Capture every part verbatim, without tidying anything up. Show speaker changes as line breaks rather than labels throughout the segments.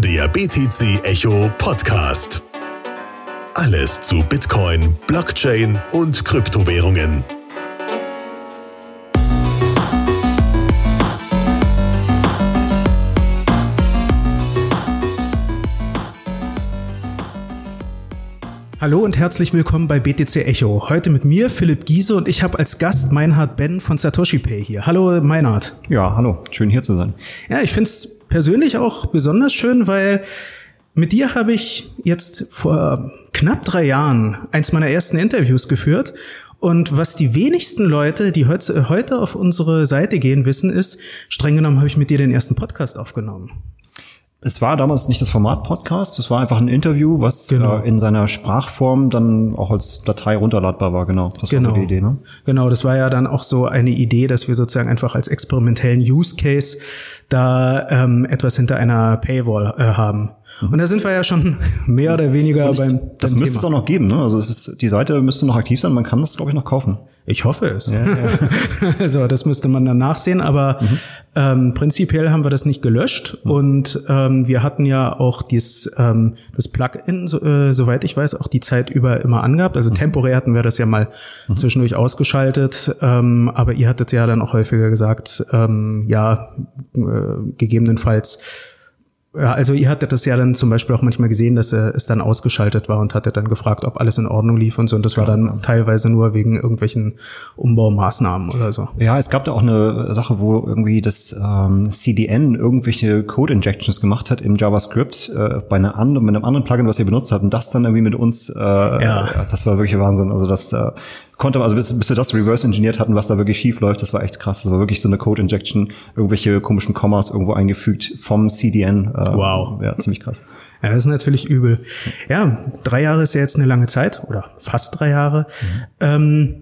Der B T C Echo Podcast. Alles zu Bitcoin, Blockchain und Kryptowährungen.
Hallo und herzlich willkommen bei B T C Echo. Heute mit mir, Philipp Giese, und ich habe als Gast Meinhard Ben von Satoshi Pay hier. Hallo Meinhard.
Ja, hallo. Schön hier zu sein.
Ja, ich finde es persönlich auch besonders schön, weil mit dir habe ich jetzt vor knapp drei Jahren eins meiner ersten Interviews geführt. Und was die wenigsten Leute, die heute auf unsere Seite gehen, wissen, ist, streng genommen habe ich mit dir den ersten Podcast aufgenommen.
Es war damals nicht das Format Podcast, es war einfach ein Interview, was genau. äh, in seiner Sprachform dann auch als Datei runterladbar war, genau. Das
genau.
war so die Idee, ne?
Genau, das war ja dann auch so eine Idee, dass wir sozusagen einfach als experimentellen Use Case da ähm, etwas hinter einer Paywall äh, haben. Mhm. Und da sind wir ja schon mehr oder weniger ich, beim, beim
Das
Thema.
müsste es auch noch geben, ne? Also es ist, die Seite müsste noch aktiv sein, man kann das, glaube ich, noch kaufen.
Ich hoffe es.
Ja, ja.
Also das müsste man dann nachsehen, aber mhm. ähm, prinzipiell haben wir das nicht gelöscht mhm. und ähm, wir hatten ja auch dies, ähm, das Plugin, so, äh, soweit ich weiß, auch die Zeit über immer angehabt. Also mhm. temporär hatten wir das ja mal mhm. zwischendurch ausgeschaltet, ähm, aber ihr hattet ja dann auch häufiger gesagt, ähm, ja, äh, gegebenenfalls. Ja, also ihr hattet das ja dann zum Beispiel auch manchmal gesehen, dass äh, es dann ausgeschaltet war und hattet dann gefragt, ob alles in Ordnung lief und so. Und das war dann teilweise nur wegen irgendwelchen Umbaumaßnahmen oder so.
Ja, es gab da auch eine Sache, wo irgendwie das ähm, C D N irgendwelche Code-Injections gemacht hat im JavaScript äh, bei einer anderen, mit einem anderen Plugin, was ihr benutzt habt. Und das dann irgendwie mit uns, äh, ja. das war wirklich Wahnsinn. Also das äh, konnte, also bis, bis wir das reverse-engineert hatten, was da wirklich schief läuft, das war echt krass. Das war wirklich so eine Code-Injection, irgendwelche komischen Kommas irgendwo eingefügt vom C D N. Äh,
wow.
Ja, ziemlich krass.
Ja, das ist natürlich übel. Ja, drei Jahre ist ja jetzt eine lange Zeit, oder fast drei Jahre. Mhm.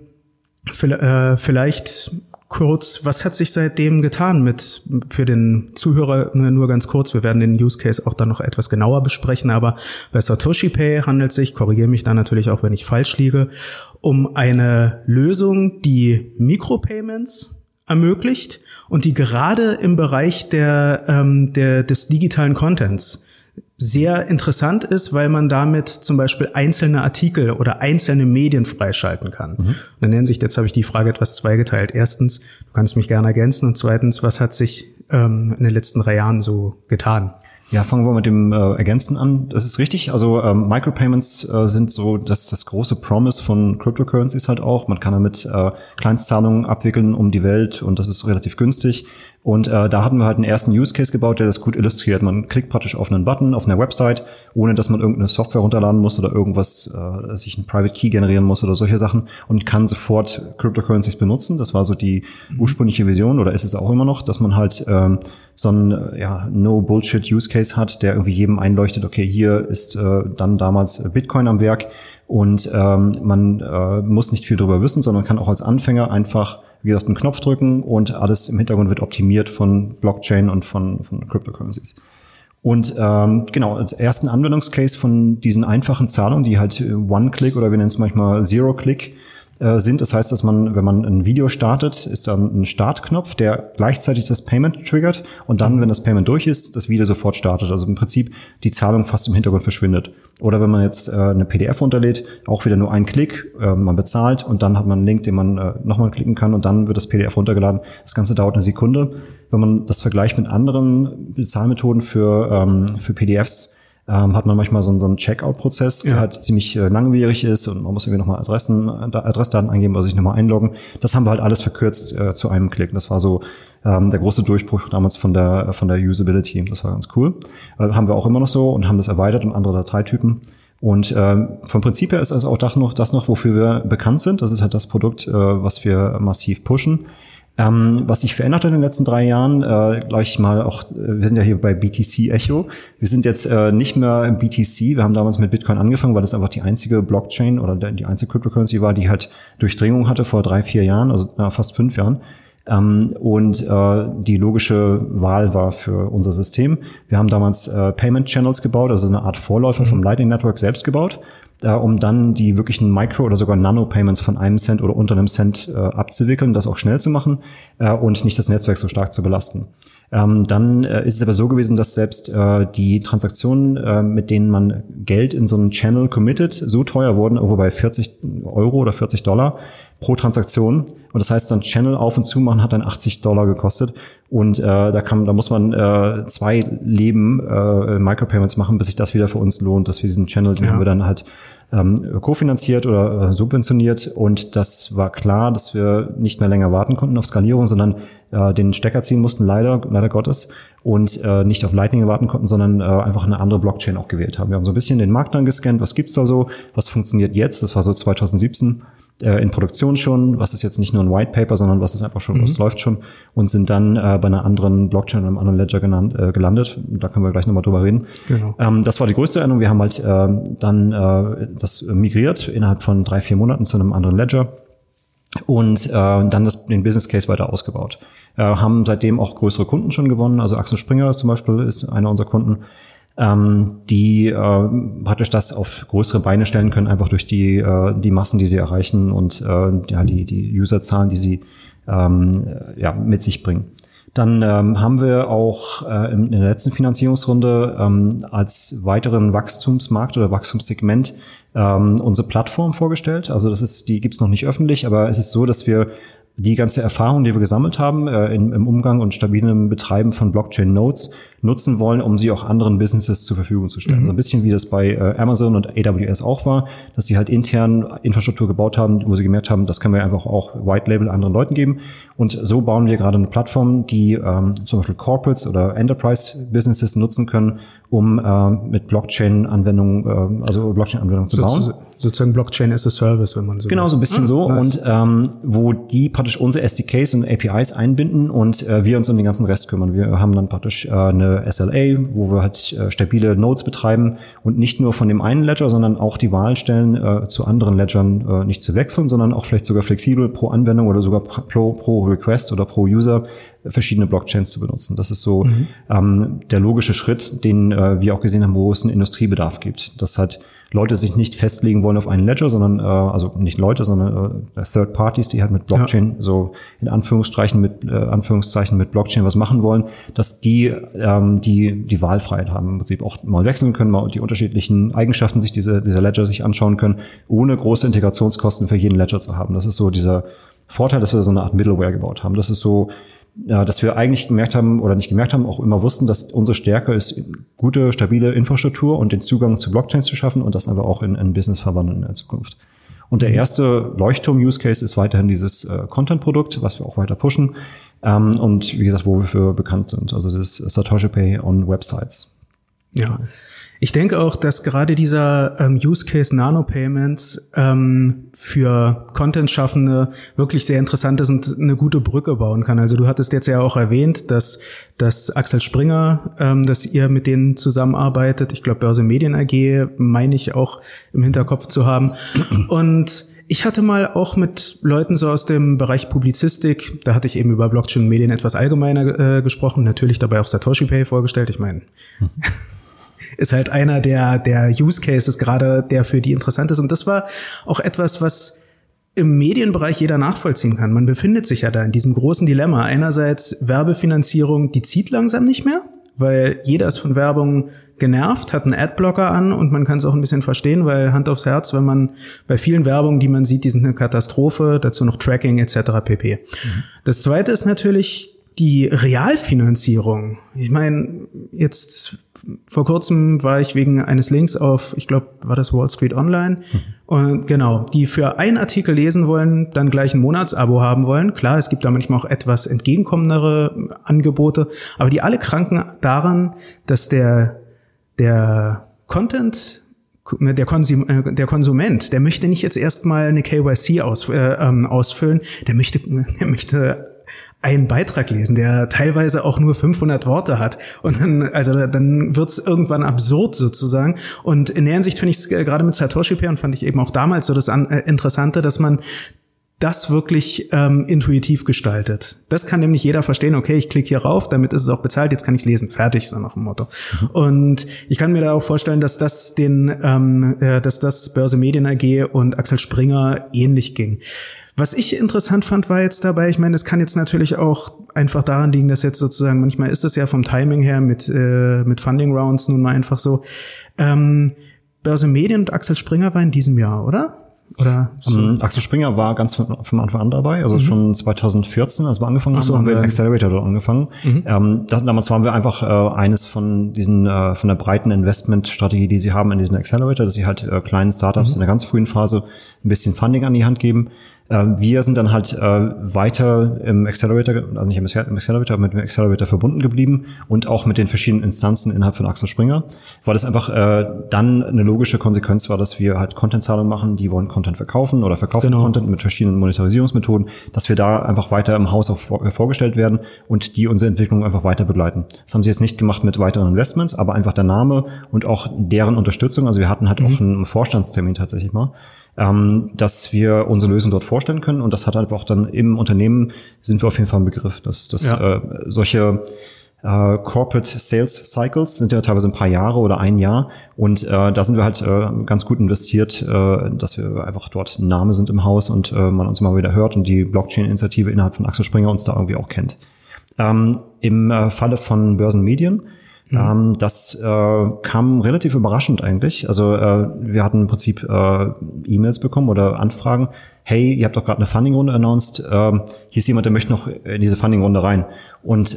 Ähm, vielleicht kurz, was hat sich seitdem getan mit, für den Zuhörer, nur ganz kurz, wir werden den Use Case auch dann noch etwas genauer besprechen, aber bei Satoshi Pay handelt es sich, korrigiere mich da natürlich auch, wenn ich falsch liege, um eine Lösung, die Micropayments ermöglicht und die gerade im Bereich der, ähm, der, des digitalen Contents sehr interessant ist, weil man damit zum Beispiel einzelne Artikel oder einzelne Medien freischalten kann. Mhm. Und dann nennt sich, jetzt habe ich die Frage etwas zweigeteilt. Erstens, du kannst mich gerne ergänzen, und zweitens, was hat sich ähm, in den letzten drei Jahren so getan?
Ja, fangen wir mit dem äh, Ergänzen an. Das ist richtig. Also ähm, Micropayments äh, sind so das, das große Promise von Cryptocurrencies halt auch. Man kann damit äh, Kleinstzahlungen abwickeln um die Welt und das ist relativ günstig. Und äh, da hatten wir halt einen ersten Use Case gebaut, der das gut illustriert. Man klickt praktisch auf einen Button auf einer Website, ohne dass man irgendeine Software runterladen muss oder irgendwas, äh, sich ein Private Key generieren muss oder solche Sachen, und kann sofort Cryptocurrencies benutzen. Das war so die ursprüngliche Vision, oder ist es auch immer noch, dass man halt ähm, so ein ja, No-Bullshit-Use-Case hat, der irgendwie jedem einleuchtet, okay, hier ist äh, dann damals Bitcoin am Werk und ähm, man äh, muss nicht viel drüber wissen, sondern kann auch als Anfänger einfach, wie gesagt, einen Knopf drücken und alles im Hintergrund wird optimiert von Blockchain und von, von Cryptocurrencies. Und ähm, genau, als ersten Anwendungscase von diesen einfachen Zahlungen, die halt One-Click oder wir nennen es manchmal Zero-Click äh, sind. Das heißt, dass man, wenn man ein Video startet, ist dann ein Startknopf, der gleichzeitig das Payment triggert und dann, wenn das Payment durch ist, das Video sofort startet. Also im Prinzip die Zahlung fast im Hintergrund verschwindet. Oder wenn man jetzt äh, eine P D F runterlädt, auch wieder nur ein Klick, äh, man bezahlt und dann hat man einen Link, den man äh, nochmal klicken kann und dann wird das P D F runtergeladen. Das Ganze dauert eine Sekunde. Wenn man das vergleicht mit anderen Bezahlmethoden für ähm, für P D Fs, ähm, hat man manchmal so, so einen Checkout-Prozess, der ja. halt ziemlich äh, langwierig ist und man muss irgendwie nochmal Adressen, Adressdaten eingeben oder sich nochmal einloggen. Das haben wir halt alles verkürzt äh, zu einem Klick. Das war so ähm, der große Durchbruch damals von der von der Usability. Das war ganz cool. Äh, haben wir auch immer noch so und haben das erweitert um andere Dateitypen. Und ähm, vom Prinzip her ist also auch das noch, das noch, wofür wir bekannt sind. Das ist halt das Produkt, äh, was wir massiv pushen. Ähm, was sich verändert hat in den letzten drei Jahren, äh, gleich mal auch, äh, wir sind ja hier bei B T C Echo. Wir sind jetzt äh, nicht mehr im B T C. Wir haben damals mit Bitcoin angefangen, weil das einfach die einzige Blockchain oder die einzige Cryptocurrency war, die halt Durchdringung hatte vor drei, vier Jahren, also äh, fast fünf Jahren. Ähm, und äh, die logische Wahl war für unser System. Wir haben damals äh, Payment Channels gebaut, also eine Art Vorläufer mhm. vom Lightning Network selbst gebaut. äh, um dann die wirklichen Micro- oder sogar Nano-Payments von einem Cent oder unter einem Cent äh, abzuwickeln, das auch schnell zu machen äh, und nicht das Netzwerk so stark zu belasten. Ähm, dann äh, ist es aber so gewesen, dass selbst äh, die Transaktionen, äh, mit denen man Geld in so einen Channel committet, so teuer wurden, irgendwo bei vierzig Euro oder vierzig Dollar pro Transaktion. Und das heißt, dann Channel auf und zu machen hat dann achtzig Dollar gekostet. Und äh, da kann, da muss man äh, zwei Leben äh, Micropayments machen, bis sich das wieder für uns lohnt, dass wir diesen Channel, den ja. haben wir dann halt ähm, kofinanziert oder äh, subventioniert. Und das war klar, dass wir nicht mehr länger warten konnten auf Skalierung, sondern äh, den Stecker ziehen mussten, leider, leider Gottes, und äh, nicht auf Lightning warten konnten, sondern äh, einfach eine andere Blockchain auch gewählt haben. Wir haben so ein bisschen den Markt dann gescannt, was gibt's da so, was funktioniert jetzt, das war so zwanzig siebzehn. In Produktion schon, was ist jetzt nicht nur ein White Paper, sondern was ist einfach schon, mhm. was läuft schon, und sind dann äh, bei einer anderen Blockchain, einem anderen Ledger genannt, äh, gelandet. Da können wir gleich nochmal drüber reden. Genau. Ähm, das war die größte Änderung. Wir haben halt äh, dann äh, das migriert innerhalb von drei, vier Monaten zu einem anderen Ledger und äh, dann das, den Business Case weiter ausgebaut. Äh, haben seitdem auch größere Kunden schon gewonnen. Also Axel Springer ist zum Beispiel ist einer unserer Kunden. Ähm, die äh, praktisch das auf größere Beine stellen können, einfach durch die äh, die Massen, die sie erreichen und äh, ja die die Userzahlen, die sie ähm, ja mit sich bringen. Dann ähm, haben wir auch äh, in der letzten Finanzierungsrunde ähm, als weiteren Wachstumsmarkt oder Wachstumssegment ähm, unsere Plattform vorgestellt. Also das ist, die gibt's noch nicht öffentlich, aber es ist so, dass wir die ganze Erfahrung, die wir gesammelt haben äh, in, im Umgang und stabilen Betreiben von Blockchain-Nodes, nutzen wollen, um sie auch anderen Businesses zur Verfügung zu stellen. Mhm. So ein bisschen wie das bei äh, Amazon und A W S auch war, dass sie halt intern Infrastruktur gebaut haben, wo sie gemerkt haben, das können wir einfach auch White Label anderen Leuten geben. Und so bauen wir gerade eine Plattform, die ähm, zum Beispiel Corporates oder Enterprise-Businesses nutzen können, um äh, mit Blockchain-Anwendungen, äh, also Blockchain-Anwendungen zu bauen.
So, sozusagen Blockchain as a Service, wenn man so
Genau, so ein bisschen ah, so. Nice. Und ähm, wo die praktisch unsere S D Ks und A P Is einbinden und äh, wir uns um den ganzen Rest kümmern. Wir haben dann praktisch äh, eine S L A, wo wir halt äh, stabile Nodes betreiben und nicht nur von dem einen Ledger, sondern auch die Wahl stellen, äh, zu anderen Ledgern äh, nicht zu wechseln, sondern auch vielleicht sogar flexibel pro Anwendung oder sogar pro, pro Request oder pro User verschiedene Blockchains zu benutzen. Das ist so mhm. ähm, der logische Schritt, den äh, wir auch gesehen haben, wo es einen Industriebedarf gibt. Dass halt Leute sich nicht festlegen wollen auf einen Ledger, sondern äh, also nicht Leute, sondern äh, Third Parties, die halt mit Blockchain ja. so in Anführungszeichen mit äh, Anführungszeichen mit Blockchain was machen wollen, dass die ähm, die die Wahlfreiheit haben, im Prinzip auch mal wechseln können, mal die unterschiedlichen Eigenschaften sich diese dieser Ledger sich anschauen können, ohne große Integrationskosten für jeden Ledger zu haben. Das ist so dieser Vorteil, dass wir so eine Art Middleware gebaut haben. Das ist so, ja, dass wir eigentlich gemerkt haben oder nicht gemerkt haben, auch immer wussten, dass unsere Stärke ist, gute, stabile Infrastruktur und den Zugang zu Blockchains zu schaffen und das aber auch in ein Business verwandeln in der Zukunft. Und der erste Leuchtturm-Use-Case ist weiterhin dieses äh, Content-Produkt, was wir auch weiter pushen ähm, und wie gesagt, wo wir für bekannt sind, also das Satoshi Pay on Websites.
Ja. Ich denke auch, dass gerade dieser ähm, Use Case Nano Payments ähm, für Content-Schaffende wirklich sehr interessant ist und eine gute Brücke bauen kann. Also du hattest jetzt ja auch erwähnt, dass, dass Axel Springer, ähm, dass ihr mit denen zusammenarbeitet. Ich glaube, Börse Medien A G meine ich auch im Hinterkopf zu haben. Und ich hatte mal auch mit Leuten so aus dem Bereich Publizistik, da hatte ich eben über Blockchain und Medien etwas allgemeiner äh, gesprochen, natürlich dabei auch Satoshi Pay vorgestellt. Ich meine, mhm. ist halt einer der der Use Cases gerade, der für die interessant ist. Und das war auch etwas, was im Medienbereich jeder nachvollziehen kann. Man befindet sich ja da in diesem großen Dilemma. Einerseits Werbefinanzierung, die zieht langsam nicht mehr, weil jeder ist von Werbung genervt, hat einen Adblocker an und man kann es auch ein bisschen verstehen, weil Hand aufs Herz, wenn man bei vielen Werbungen, die man sieht, die sind eine Katastrophe, dazu noch Tracking et cetera pp. Mhm. Das Zweite ist natürlich die Realfinanzierung. Ich meine, jetzt vor kurzem war ich wegen eines Links auf, ich glaube, war das Wall Street Online, mhm. und genau, die für einen Artikel lesen wollen, dann gleich ein Monatsabo haben wollen. Klar, es gibt da manchmal auch etwas entgegenkommendere Angebote, aber die alle kranken daran, dass der der Content Der, Konsum, der Konsument, der möchte nicht jetzt erstmal eine K Y C aus, äh, ähm, ausfüllen, der möchte, der möchte einen Beitrag lesen, der teilweise auch nur fünfhundert Worte hat. Und dann, also dann wird's irgendwann absurd sozusagen. Und in der Hinsicht finde ich es gerade mit Satoshi Pay und fand ich eben auch damals so das an, äh, Interessante, dass man das wirklich ähm, intuitiv gestaltet. Das kann nämlich jeder verstehen, okay, ich klicke hier rauf, damit ist es auch bezahlt, jetzt kann ich lesen, fertig, so nach dem Motto. Mhm. Und ich kann mir da auch vorstellen, dass das den, ähm, äh, dass das Börse Medien A G und Axel Springer ähnlich ging. Was ich interessant fand, war jetzt dabei, ich meine, es kann jetzt natürlich auch einfach daran liegen, dass jetzt sozusagen, manchmal ist es ja vom Timing her mit äh, mit Funding Rounds nun mal einfach so, ähm, Börse Medien und Axel Springer war in diesem Jahr, oder? Oder so.
um, Axel Springer war ganz von, von Anfang an dabei, also mhm. schon zwanzig vierzehn, als wir angefangen haben, so, haben wir den Accelerator dort angefangen. Mhm. Ähm, das, damals waren wir einfach äh, eines von diesen äh, von der breiten Investmentstrategie, die sie haben in diesem Accelerator, dass sie halt äh, kleinen Startups mhm. in der ganz frühen Phase ein bisschen Funding an die Hand geben. Wir sind dann halt äh, weiter im Accelerator, also nicht im Accelerator, aber mit dem Accelerator verbunden geblieben und auch mit den verschiedenen Instanzen innerhalb von Axel Springer, weil das einfach äh, dann eine logische Konsequenz war, dass wir halt Content-Zahlungen machen, die wollen Content verkaufen oder verkaufen genau. Content mit verschiedenen Monetarisierungsmethoden, dass wir da einfach weiter im Haus auch vor, vorgestellt werden und die unsere Entwicklung einfach weiter begleiten. Das haben sie jetzt nicht gemacht mit weiteren Investments, aber einfach der Name und auch deren Unterstützung. Also wir hatten halt mhm. auch einen Vorstandstermin tatsächlich mal, Ähm, dass wir unsere Lösung dort vorstellen können. Und das hat einfach auch dann im Unternehmen, sind wir auf jeden Fall im Begriff, dass, dass ja. äh, solche äh, Corporate Sales Cycles sind ja teilweise ein paar Jahre oder ein Jahr. Und äh, da sind wir halt äh, ganz gut investiert, äh, dass wir einfach dort ein Name sind im Haus und äh, man uns immer wieder hört und die Blockchain-Initiative innerhalb von Axel Springer uns da irgendwie auch kennt. Ähm, Im äh, Falle von Börse Medien, Mhm. Ähm, das äh, kam relativ überraschend eigentlich. Also äh, wir hatten im Prinzip äh, E-Mails bekommen oder Anfragen. Hey, ihr habt doch gerade eine Funding-Runde announced. Äh, hier ist jemand, der möchte noch in diese Funding-Runde rein. Und äh,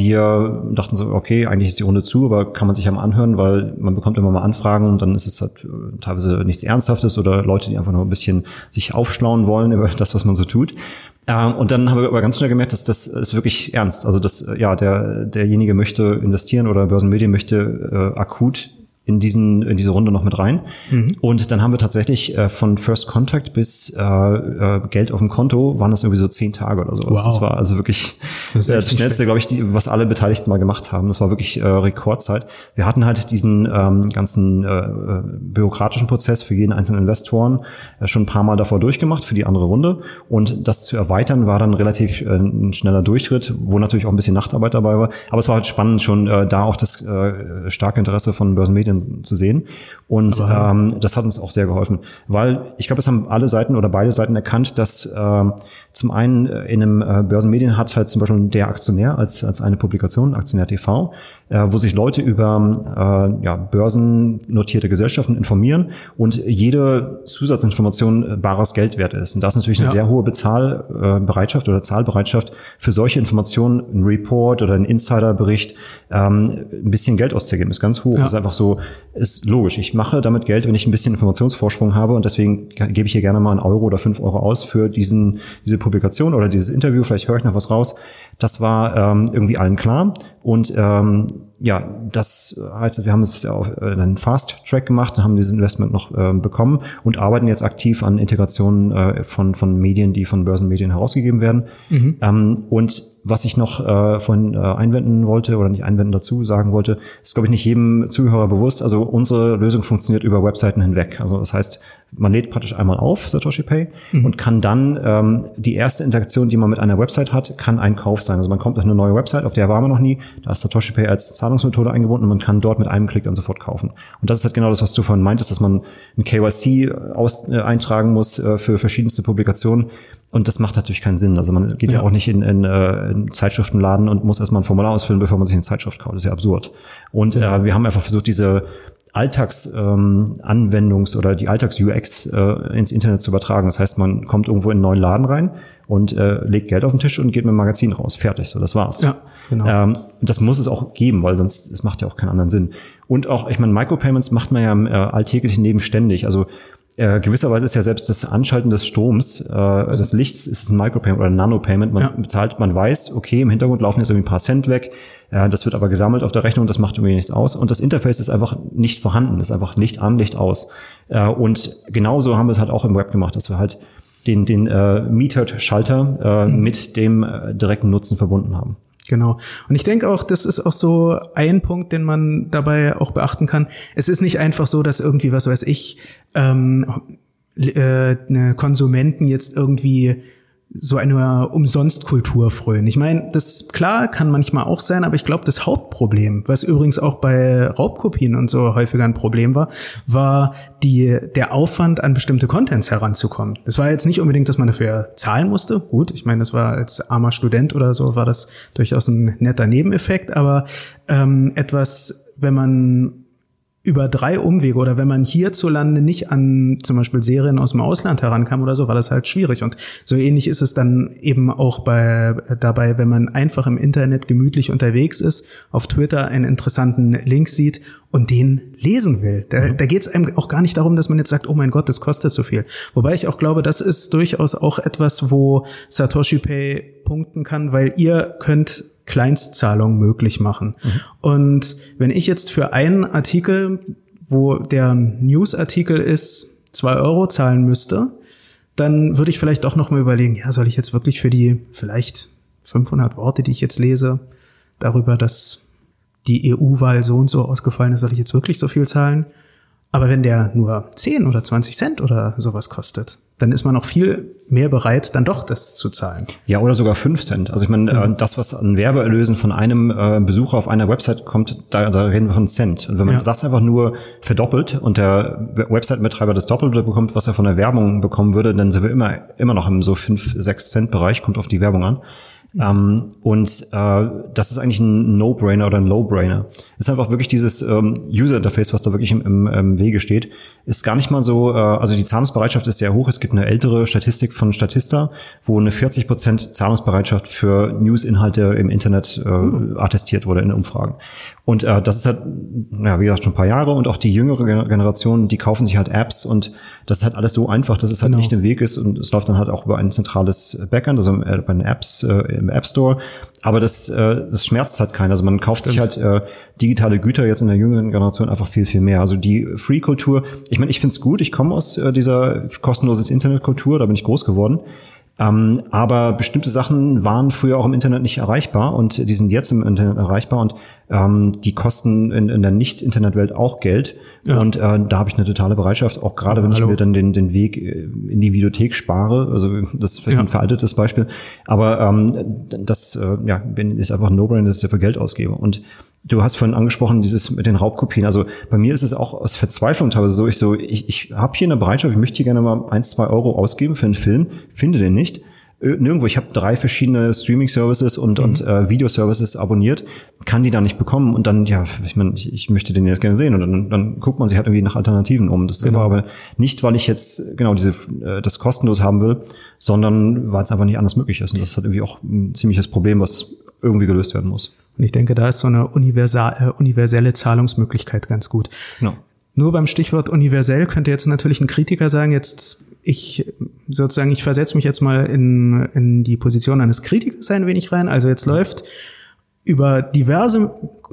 wir dachten so, okay, eigentlich ist die Runde zu, aber kann man sich ja mal anhören, weil man bekommt immer mal Anfragen und dann ist es halt äh, teilweise nichts Ernsthaftes oder Leute, die einfach nur ein bisschen sich aufschlauen wollen über das, was man so tut. Und dann haben wir aber ganz schnell gemerkt, dass das ist wirklich ernst. Also dass ja der derjenige möchte investieren oder Börsenmedien möchte äh, akut in diesen in diese Runde noch mit rein. Mhm. Und dann haben wir tatsächlich äh, von First Contact bis äh, äh, Geld auf dem Konto waren das irgendwie so zehn Tage oder so. Wow. Das war also wirklich das, das schnellste, glaube ich, die, was alle Beteiligten mal gemacht haben. Das war wirklich äh, Rekordzeit. Wir hatten halt diesen ähm, ganzen äh, bürokratischen Prozess für jeden einzelnen Investoren äh, schon ein paar Mal davor durchgemacht für die andere Runde. Und das zu erweitern war dann relativ äh, ein schneller Durchtritt, wo natürlich auch ein bisschen Nachtarbeit dabei war. Aber es war halt spannend, schon äh, da auch das äh, starke Interesse von Börsenmedien zu sehen. Und ähm, das hat uns auch sehr geholfen, weil ich glaube, es haben alle Seiten oder beide Seiten erkannt, dass äh, zum einen in einem äh, Börsenmedien hat halt zum Beispiel der Aktionär als als eine Publikation, Aktionär T V, äh, wo sich Leute über äh, ja, börsennotierte Gesellschaften informieren und jede Zusatzinformation äh, bares Geld wert ist. Und da ist natürlich eine ja. sehr hohe Bezahlbereitschaft oder Zahlbereitschaft für solche Informationen, ein Report oder ein Insiderbericht, ähm, ein bisschen Geld auszugeben, ist ganz hoch. Ja. Das ist einfach so, ist logisch. Ich mache damit Geld, wenn ich ein bisschen Informationsvorsprung habe und deswegen gebe ich hier gerne mal einen Euro oder fünf Euro aus für diesen diese Publikation oder dieses Interview, vielleicht höre ich noch was raus. Das war ähm, irgendwie allen klar. Und ähm, ja, das heißt, wir haben es auf äh, einen Fast-Track gemacht und haben dieses Investment noch äh, bekommen und arbeiten jetzt aktiv an Integrationen äh, von von Medien, die von Börsenmedien herausgegeben werden. Mhm. Ähm, und was ich noch äh, vorhin äh, einwenden wollte oder nicht einwenden dazu sagen wollte, ist, glaube ich, nicht jedem Zuhörer bewusst. Also unsere Lösung funktioniert über Webseiten hinweg. Also das heißt, man lädt praktisch einmal auf Satoshi Pay mhm. und kann dann ähm, die erste Interaktion, die man mit einer Website hat, kann ein Kauf sein. Also man kommt auf eine neue Website, auf der war man noch nie. Da ist Satoshi Pay als Zahlungsmethode eingebunden und man kann dort mit einem Klick dann sofort kaufen. Und das ist halt genau das, was du vorhin meintest, dass man ein K Y C aus, äh, eintragen muss äh, für verschiedenste Publikationen. Und das macht natürlich keinen Sinn. Also man geht ja, ja auch nicht in, in, äh, in Zeitschriftenladen und muss erstmal ein Formular ausfüllen, bevor man sich eine Zeitschrift kauft. Das ist ja absurd. Und ja. äh, wir haben einfach versucht, diese Alltagsanwendungs- ähm, oder die Alltags-U X äh, ins Internet zu übertragen. Das heißt, man kommt irgendwo in einen neuen Laden rein und äh, legt Geld auf den Tisch und geht mit dem Magazin raus. Fertig, so, das war's. Ja, genau. Ähm, das muss es auch geben, weil sonst, das macht ja auch keinen anderen Sinn. Und auch, ich meine, Micropayments macht man ja im äh, alltäglichen Leben ständig. Also äh, gewisserweise ist ja selbst das Anschalten des Stroms, äh, des Lichts, ist ein Micropayment oder ein Nanopayment. Man ja. bezahlt, man weiß, okay, im Hintergrund laufen jetzt irgendwie ein paar Cent weg. Äh, das wird aber gesammelt auf der Rechnung, das macht irgendwie nichts aus. Und das Interface ist einfach nicht vorhanden, ist einfach Licht an, Licht aus. Äh, und genauso haben wir es halt auch im Web gemacht, dass wir halt den, den äh, Metered-Schalter äh, mhm. mit dem äh, direkten Nutzen verbunden haben.
Genau. Und ich denke auch, das ist auch so ein Punkt, den man dabei auch beachten kann. Es ist nicht einfach so, dass irgendwie, was weiß ich, ähm, äh, Konsumenten jetzt irgendwie so eine Umsonstkultur frönen. Ich meine, das klar kann manchmal auch sein, aber ich glaube, das Hauptproblem, was übrigens auch bei Raubkopien und so häufiger ein Problem war, war die der Aufwand, an bestimmte Contents heranzukommen. Das war jetzt nicht unbedingt, dass man dafür zahlen musste. Gut, ich meine, das war als armer Student oder so, war das durchaus ein netter Nebeneffekt, aber ähm, etwas, wenn man über drei Umwege oder wenn man hierzulande nicht an zum Beispiel Serien aus dem Ausland herankam oder so, war das halt schwierig. Und so ähnlich ist es dann eben auch bei dabei, wenn man einfach im Internet gemütlich unterwegs ist, auf Twitter einen interessanten Link sieht und den lesen will. Da, mhm. da geht es einem auch gar nicht darum, dass man jetzt sagt, oh mein Gott, das kostet so viel. Wobei ich auch glaube, das ist durchaus auch etwas, wo Satoshi Pay punkten kann, weil ihr könnt Kleinstzahlungen möglich machen. Mhm. Und wenn ich jetzt für einen Artikel, wo der Newsartikel ist, zwei Euro zahlen müsste, dann würde ich vielleicht doch noch mal überlegen, ja, soll ich jetzt wirklich für die vielleicht fünfhundert Worte, die ich jetzt lese, darüber, dass die E U-Wahl so und so ausgefallen ist, soll ich jetzt wirklich so viel zahlen? Aber wenn der nur zehn oder zwanzig Cent oder sowas kostet, dann ist man auch viel mehr bereit, dann doch das zu zahlen.
Ja, oder sogar fünf Cent. Also ich meine, mhm. das, was an Werbeerlösen von einem äh, Besucher auf einer Website kommt, da, da reden wir von Cent. Und wenn man ja. das einfach nur verdoppelt und der Website-Betreiber das Doppelte bekommt, was er von der Werbung bekommen würde, dann sind wir immer immer noch im so fünf, sechs Cent Bereich, kommt auf die Werbung an. Mhm. Um, und äh, das ist eigentlich ein No-Brainer oder ein Low-Brainer. Es ist einfach wirklich dieses ähm, User-Interface, was da wirklich im, im, im Wege steht. Ist gar nicht mal so, äh, also die Zahlungsbereitschaft ist sehr hoch. Es gibt eine ältere Statistik von Statista, wo eine vierzig Prozent Zahlungsbereitschaft für News-Inhalte im Internet äh, mhm. attestiert wurde in Umfragen. Und äh, das ist halt, ja, wie gesagt, schon ein paar Jahre. Und auch die jüngere Generation, die kaufen sich halt Apps und das ist halt alles so einfach, dass es halt genau. nicht im Weg ist. Und es läuft dann halt auch über ein zentrales Backend, also bei den Apps äh, im App Store. Aber das, äh, das schmerzt halt keinen. Also man kauft Stimmt. sich halt äh, digitale Güter jetzt in der jüngeren Generation einfach viel, viel mehr. Also die Free-Kultur, ich meine, ich find's gut. Ich komme aus äh, dieser kostenloses Internet-Kultur, da bin ich groß geworden. Ähm, aber bestimmte Sachen waren früher auch im Internet nicht erreichbar und die sind jetzt im Internet erreichbar und ähm, die kosten in, in der Nicht-Internet-Welt auch Geld. Ja. Und äh, da habe ich eine totale Bereitschaft, auch gerade wenn Hallo. ich mir dann den, den Weg in die Videothek spare. Also das ist vielleicht ja. ein veraltetes Beispiel. Aber ähm, das äh, ja, ist einfach ein No-Brainer, dass ich dafür Geld ausgebe. Und du hast vorhin angesprochen, dieses mit den Raubkopien. Also bei mir ist es auch aus Verzweiflung teilweise so, ich so, ich, ich habe hier eine Bereitschaft, ich möchte hier gerne mal eins, zwei Euro ausgeben für einen Film, finde den nicht. Nirgendwo, ich habe drei verschiedene Streaming-Services und, mhm. und äh, Video-Services abonniert, kann die da nicht bekommen und dann, ja, ich meine, ich, ich möchte den jetzt gerne sehen und dann, dann guckt man sich halt irgendwie nach Alternativen um. Das genau. ist aber nicht, weil ich jetzt genau diese äh, das kostenlos haben will, sondern weil es einfach nicht anders möglich ist. Und das ist halt irgendwie auch ein ziemliches Problem, was irgendwie gelöst werden muss.
Und ich denke, da ist so eine universal, äh, universelle Zahlungsmöglichkeit ganz gut.
Genau.
Nur beim Stichwort universell könnte jetzt natürlich ein Kritiker sagen, jetzt ich sozusagen, ich versetze mich jetzt mal in, in die Position eines Kritikers ein wenig rein. Also jetzt läuft über diverse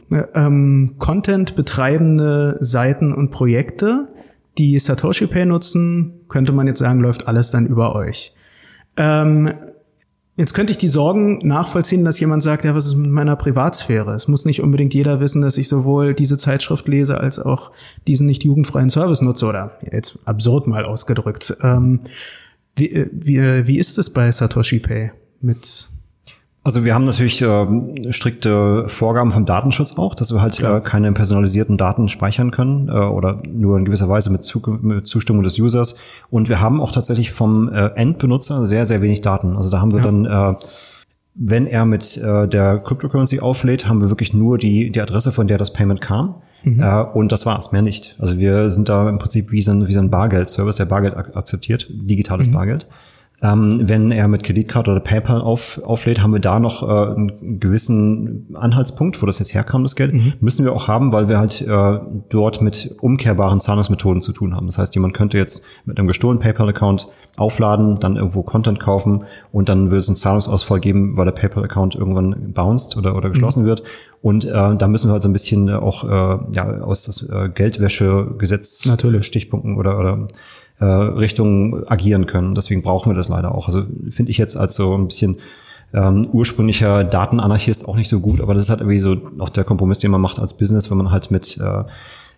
ähm, Content betreibende Seiten und Projekte, die Satoshi Pay nutzen, könnte man jetzt sagen, läuft alles dann über euch. Ähm, Jetzt könnte ich die Sorgen nachvollziehen, dass jemand sagt, ja, was ist mit meiner Privatsphäre? Es muss nicht unbedingt jeder wissen, dass ich sowohl diese Zeitschrift lese, als auch diesen nicht jugendfreien Service nutze, oder jetzt absurd mal ausgedrückt. Ähm, wie, wie, wie ist es bei Satoshi Pay mit?
Also wir haben natürlich äh, strikte Vorgaben vom Datenschutz auch, dass wir halt äh, keine personalisierten Daten speichern können äh, oder nur in gewisser Weise mit, Zu- mit Zustimmung des Users. Und wir haben auch tatsächlich vom äh, Endbenutzer sehr, sehr wenig Daten. Also da haben wir ja. dann, äh, wenn er mit äh, der Cryptocurrency auflädt, haben wir wirklich nur die, die Adresse, von der das Payment kam. Mhm. Äh, und das war's, mehr nicht. Also wir sind da im Prinzip wie so ein, wie so ein Bargeldservice, der Bargeld ak- akzeptiert, digitales mhm. Bargeld. Ähm, wenn er mit Kreditkarte oder PayPal auf, auflädt, haben wir da noch äh, einen gewissen Anhaltspunkt, wo das jetzt herkam, das Geld. Mhm. Müssen wir auch haben, weil wir halt äh, dort mit umkehrbaren Zahlungsmethoden zu tun haben. Das heißt, jemand könnte jetzt mit einem gestohlenen PayPal-Account aufladen, dann irgendwo Content kaufen und dann wird es einen Zahlungsausfall geben, weil der PayPal-Account irgendwann bounced oder, oder geschlossen mhm. wird. Und äh, da müssen wir halt so ein bisschen auch äh, ja aus das äh, Geldwäschegesetz
Natürlich.
Stichpunkten oder oder Äh, Richtung agieren können. Deswegen brauchen wir das leider auch. Also finde ich jetzt als so ein bisschen ähm, ursprünglicher Datenanarchist auch nicht so gut, aber das ist halt irgendwie so auch der Kompromiss, den man macht als Business, wenn man halt mit äh,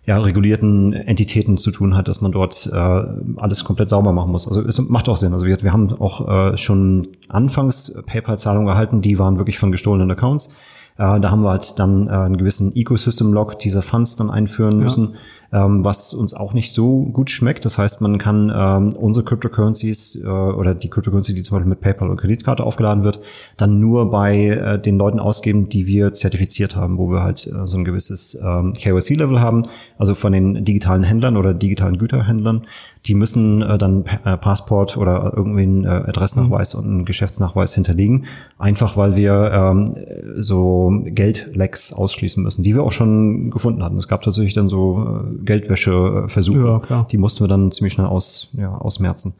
ja, regulierten Entitäten zu tun hat, dass man dort äh, alles komplett sauber machen muss. Also es macht auch Sinn. Also wir, wir haben auch äh, schon anfangs PayPal-Zahlungen erhalten, die waren wirklich von gestohlenen Accounts. Äh, da haben wir halt dann äh, einen gewissen Ecosystem-Log dieser Funds dann einführen müssen. Ja. Ähm, was uns auch nicht so gut schmeckt. Das heißt, man kann ähm, unsere Cryptocurrencies äh, oder die Cryptocurrency, die zum Beispiel mit PayPal oder Kreditkarte aufgeladen wird, dann nur bei äh, den Leuten ausgeben, die wir zertifiziert haben, wo wir halt äh, so ein gewisses ähm, K Y C-Level haben, also von den digitalen Händlern oder digitalen Güterhändlern. Die müssen äh, dann äh, Passport oder irgendwie einen äh, Adressnachweis mhm. und einen Geschäftsnachweis hinterlegen, einfach weil wir ähm, so Geldlecks ausschließen müssen, die wir auch schon gefunden hatten. Es gab tatsächlich dann so äh, Geldwäscheversuche, ja, klar. Die mussten wir dann ziemlich schnell aus, ja, ausmerzen.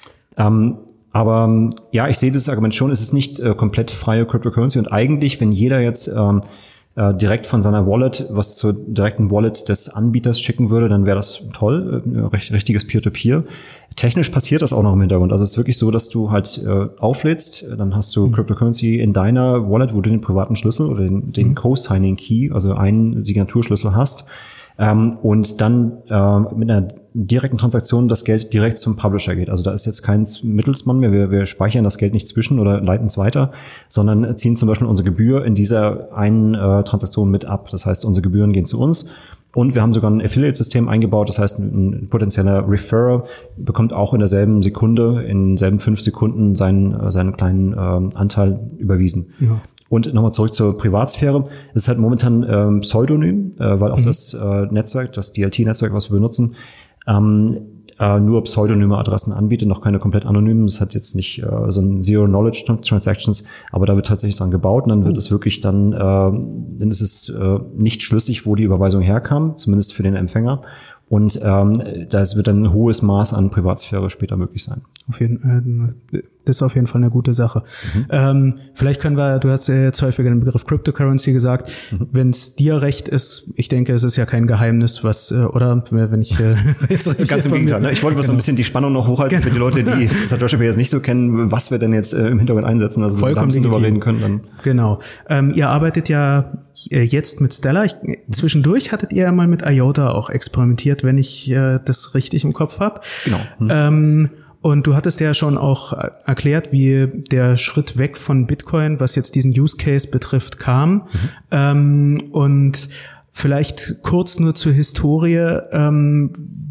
Ähm, aber ja, ich sehe das Argument schon, es ist nicht äh, komplett freie Cryptocurrency und eigentlich, wenn jeder jetzt ähm, äh, direkt von seiner Wallet was zur direkten Wallet des Anbieters schicken würde, dann wäre das toll, äh, recht, richtiges Peer-to-Peer. Technisch passiert das auch noch im Hintergrund. Also es ist wirklich so, dass du halt äh, auflädst, dann hast du mhm. Cryptocurrency in deiner Wallet, wo du den privaten Schlüssel oder den, den mhm. Co-Signing-Key, also einen Signaturschlüssel hast, ähm, und dann äh, mit einer direkten Transaktion das Geld direkt zum Publisher geht. Also da ist jetzt kein Mittelsmann mehr. Wir, wir speichern das Geld nicht zwischen oder leiten es weiter, sondern ziehen zum Beispiel unsere Gebühr in dieser einen äh, Transaktion mit ab. Das heißt, unsere Gebühren gehen zu uns. Und wir haben sogar ein Affiliate-System eingebaut. Das heißt, ein potenzieller Referrer bekommt auch in derselben Sekunde, in denselben fünf Sekunden seinen, seinen kleinen äh, Anteil überwiesen. Ja. Und nochmal zurück zur Privatsphäre. Es ist halt momentan ähm, pseudonym, äh, weil auch mhm. das äh, Netzwerk, das D L T-Netzwerk, was wir benutzen, ähm, äh, nur pseudonyme Adressen anbietet, noch keine komplett anonymen. Das hat jetzt nicht äh, so ein Zero-Knowledge-Transactions, aber da wird tatsächlich dran gebaut und dann wird oh. es wirklich dann, äh, dann ist es äh, nicht schlüssig, wo die Überweisung herkam, zumindest für den Empfänger. Und ähm, das wird dann ein hohes Maß an Privatsphäre später möglich sein.
Auf jeden, äh, das ist auf jeden Fall eine gute Sache. Mhm. Ähm, vielleicht können wir, du hast ja jetzt häufiger den Begriff Cryptocurrency gesagt, mhm. wenn es dir recht ist, ich denke, es ist ja kein Geheimnis, was, äh, oder wenn ich äh,
jetzt richtig ganz im Gegenteil, ne? Ich wollte bloß genau. ein bisschen die Spannung noch hochhalten genau. für die Leute, die Satoshi jetzt nicht so kennen, was wir denn jetzt äh, im Hintergrund einsetzen, also wenn wir da ein bisschen drüber reden können. Dann.
Genau. Ähm, ihr arbeitet ja äh, jetzt mit Stellar. Ich, zwischendurch hattet ihr ja mal mit IOTA auch experimentiert, wenn ich äh, das richtig im Kopf habe.
Genau. Mhm.
Ähm, Und du hattest ja schon auch erklärt, wie der Schritt weg von Bitcoin, was jetzt diesen Use Case betrifft, kam. Mhm. Ähm, und vielleicht kurz nur zur Historie. Ähm,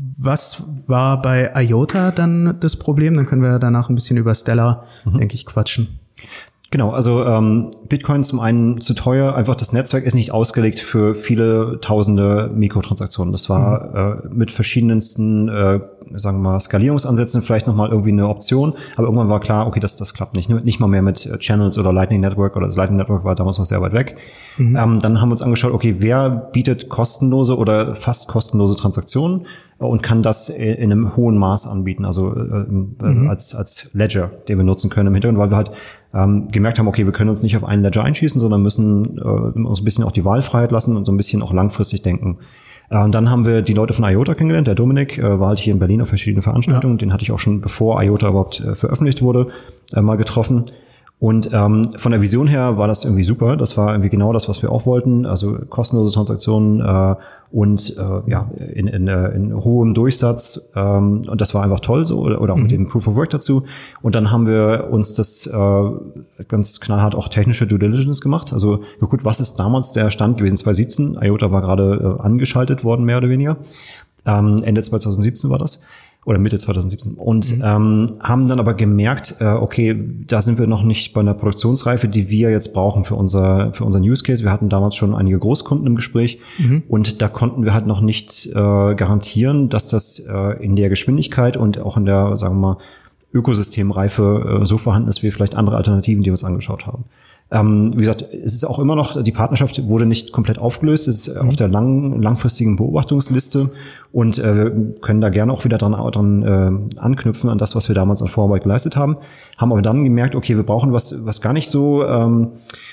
was war bei IOTA dann das Problem? Dann können wir danach ein bisschen über Stellar, mhm. denke ich, quatschen.
Genau, also ähm, Bitcoin zum einen zu teuer, einfach das Netzwerk ist nicht ausgelegt für viele tausende Mikrotransaktionen. Das war mhm. äh, mit verschiedensten, äh, sagen wir mal, Skalierungsansätzen vielleicht nochmal irgendwie eine Option, aber irgendwann war klar, okay, das, das klappt nicht. Nicht mal mehr mit Channels oder Lightning Network, oder das Lightning Network war damals noch sehr weit weg. Mhm. Ähm, dann haben wir uns angeschaut, okay, wer bietet kostenlose oder fast kostenlose Transaktionen und kann das in einem hohen Maß anbieten, also äh, mhm. als als Ledger, den wir nutzen können im Hintergrund, weil wir halt ähm, gemerkt haben, okay, wir können uns nicht auf einen Ledger einschießen, sondern müssen äh, uns ein bisschen auch die Wahlfreiheit lassen und so ein bisschen auch langfristig denken. Äh, und dann haben wir die Leute von IOTA kennengelernt. Der Dominik äh, war halt hier in Berlin auf verschiedenen Veranstaltungen. Ja. Den hatte ich auch schon, bevor IOTA überhaupt äh, veröffentlicht wurde, äh, mal getroffen. Und ähm, von der Vision her war das irgendwie super. Das war irgendwie genau das, was wir auch wollten. Also kostenlose Transaktionen äh, und äh, ja in, in, in hohem Durchsatz. Ähm, und das war einfach toll so. Oder, oder auch mhm. mit dem Proof of Work dazu. Und dann haben wir uns das äh, ganz knallhart auch technische Due Diligence gemacht. Also geguckt, was ist damals der Stand gewesen? zwanzig siebzehn. IOTA war gerade äh, angeschaltet worden, mehr oder weniger. Ähm, Ende zwanzig siebzehn war das. Oder Mitte zwanzig siebzehn. Und mhm. ähm, haben dann aber gemerkt, äh, okay, da sind wir noch nicht bei einer Produktionsreife, die wir jetzt brauchen für unser für unseren Use Case. Wir hatten damals schon einige Großkunden im Gespräch mhm. und da konnten wir halt noch nicht äh, garantieren, dass das äh, in der Geschwindigkeit und auch in der, sagen wir mal, Ökosystemreife äh, so vorhanden ist wie vielleicht andere Alternativen, die wir uns angeschaut haben. Ähm, wie gesagt, es ist auch immer noch, die Partnerschaft wurde nicht komplett aufgelöst, es ist mhm. auf der lang, langfristigen Beobachtungsliste und äh, wir können da gerne auch wieder dran, dran äh, anknüpfen an das, was wir damals an Vorarbeit geleistet haben. Haben aber dann gemerkt, okay, wir brauchen was, was gar nicht so ähm,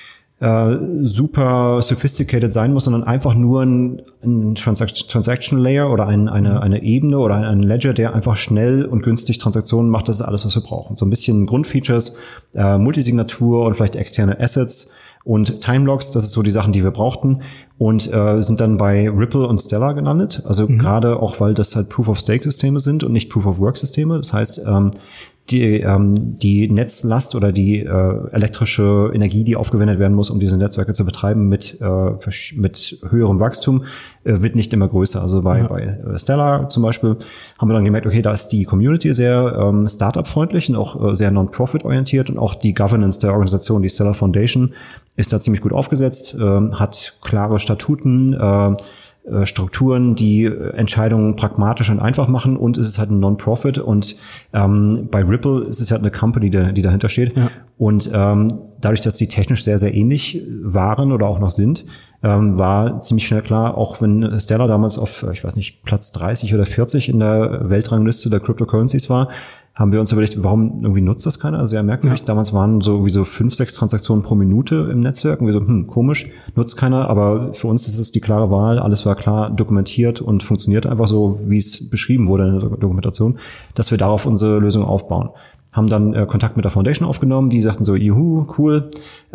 äh, super sophisticated sein muss, sondern einfach nur ein, ein Transaction, Transaction Layer oder ein, eine, eine Ebene oder ein, ein Ledger, der einfach schnell und günstig Transaktionen macht. Das ist alles, was wir brauchen. So ein bisschen Grundfeatures, äh, Multisignatur und vielleicht externe Assets und Timelogs, das ist so die Sachen, die wir brauchten. und äh, sind dann bei Ripple und Stellar gelandet. Also mhm. gerade auch, weil das halt Proof-of-Stake-Systeme sind und nicht Proof-of-Work-Systeme. Das heißt, ähm, die ähm, die Netzlast oder die äh, elektrische Energie, die aufgewendet werden muss, um diese Netzwerke zu betreiben, mit äh, mit höherem Wachstum, äh, wird nicht immer größer. Also bei ja. bei Stellar zum Beispiel haben wir dann gemerkt, okay, da ist die Community sehr ähm, Startup-freundlich und auch äh, sehr Non-Profit-orientiert und auch die Governance der Organisation, die Stellar Foundation, ist da ziemlich gut aufgesetzt, äh, hat klare Statuten, äh, Strukturen, die Entscheidungen pragmatisch und einfach machen, und es ist halt ein Non-Profit, und ähm, bei Ripple ist es halt eine Company, die, die dahinter steht, ja. und ähm, dadurch, dass die technisch sehr, sehr ähnlich waren oder auch noch sind, ähm, war ziemlich schnell klar, auch wenn Stellar damals auf, ich weiß nicht, Platz dreißig oder vierzig in der Weltrangliste der Cryptocurrencies war, haben wir uns überlegt, warum irgendwie nutzt das keiner? Also sehr merkwürdig. Ja. Damals waren so wie so fünf, sechs Transaktionen pro Minute im Netzwerk. Und wir so, hm, komisch, nutzt keiner. Aber für uns ist es die klare Wahl. Alles war klar dokumentiert und funktioniert einfach so, wie es beschrieben wurde in der Dokumentation, dass wir darauf unsere Lösung aufbauen. Haben dann äh, Kontakt mit der Foundation aufgenommen. Die sagten so, juhu, cool, äh,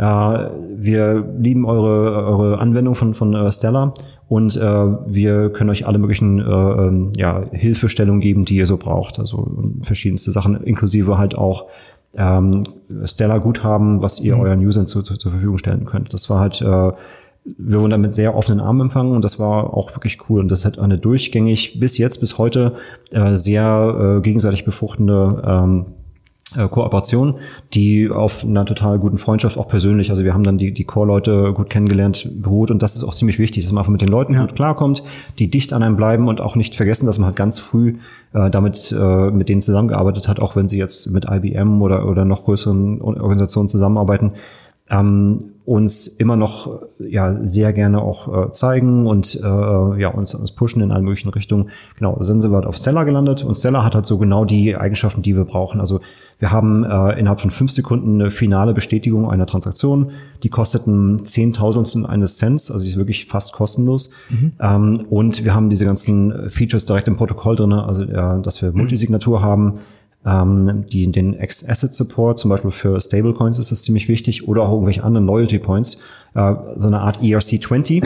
wir lieben eure eure Anwendung von von äh, Stellar. Und äh, wir können euch alle möglichen äh, ja, Hilfestellungen geben, die ihr so braucht. Also verschiedenste Sachen, inklusive halt auch ähm, Stellar-Guthaben, was ihr mhm. euren Usern zu, zu, zur Verfügung stellen könnt. Das war halt, äh, wir wurden dann mit sehr offenen Armen empfangen, und das war auch wirklich cool. Und das hat eine durchgängig bis jetzt, bis heute äh, sehr äh, gegenseitig befruchtende ähm, Kooperation, die auf einer total guten Freundschaft auch persönlich, also wir haben dann die die Core-Leute gut kennengelernt, beruht, und das ist auch ziemlich wichtig, dass man einfach mit den Leuten ja. gut klarkommt, die dicht an einem bleiben und auch nicht vergessen, dass man halt ganz früh äh, damit äh, mit denen zusammengearbeitet hat, auch wenn sie jetzt mit I B M oder oder noch größeren Organisationen zusammenarbeiten, ähm, uns immer noch ja sehr gerne auch äh, zeigen und äh, ja uns, uns pushen in allen möglichen Richtungen. Genau, also dann sind wir halt auf Stellar gelandet, und Stellar hat halt so genau die Eigenschaften, die wir brauchen. Also wir haben äh, innerhalb von fünf Sekunden eine finale Bestätigung einer Transaktion. Die kosteten Zehntausendstel eines Cents, also die ist wirklich fast kostenlos. Mhm. Ähm, und wir haben diese ganzen Features direkt im Protokoll drin, also äh, dass wir Multisignatur mhm. haben. Ähm, die, den X-Asset-Support, zum Beispiel für Stablecoins ist das ziemlich wichtig, oder auch irgendwelche anderen Loyalty-Points, äh, so eine Art E R C zwanzig.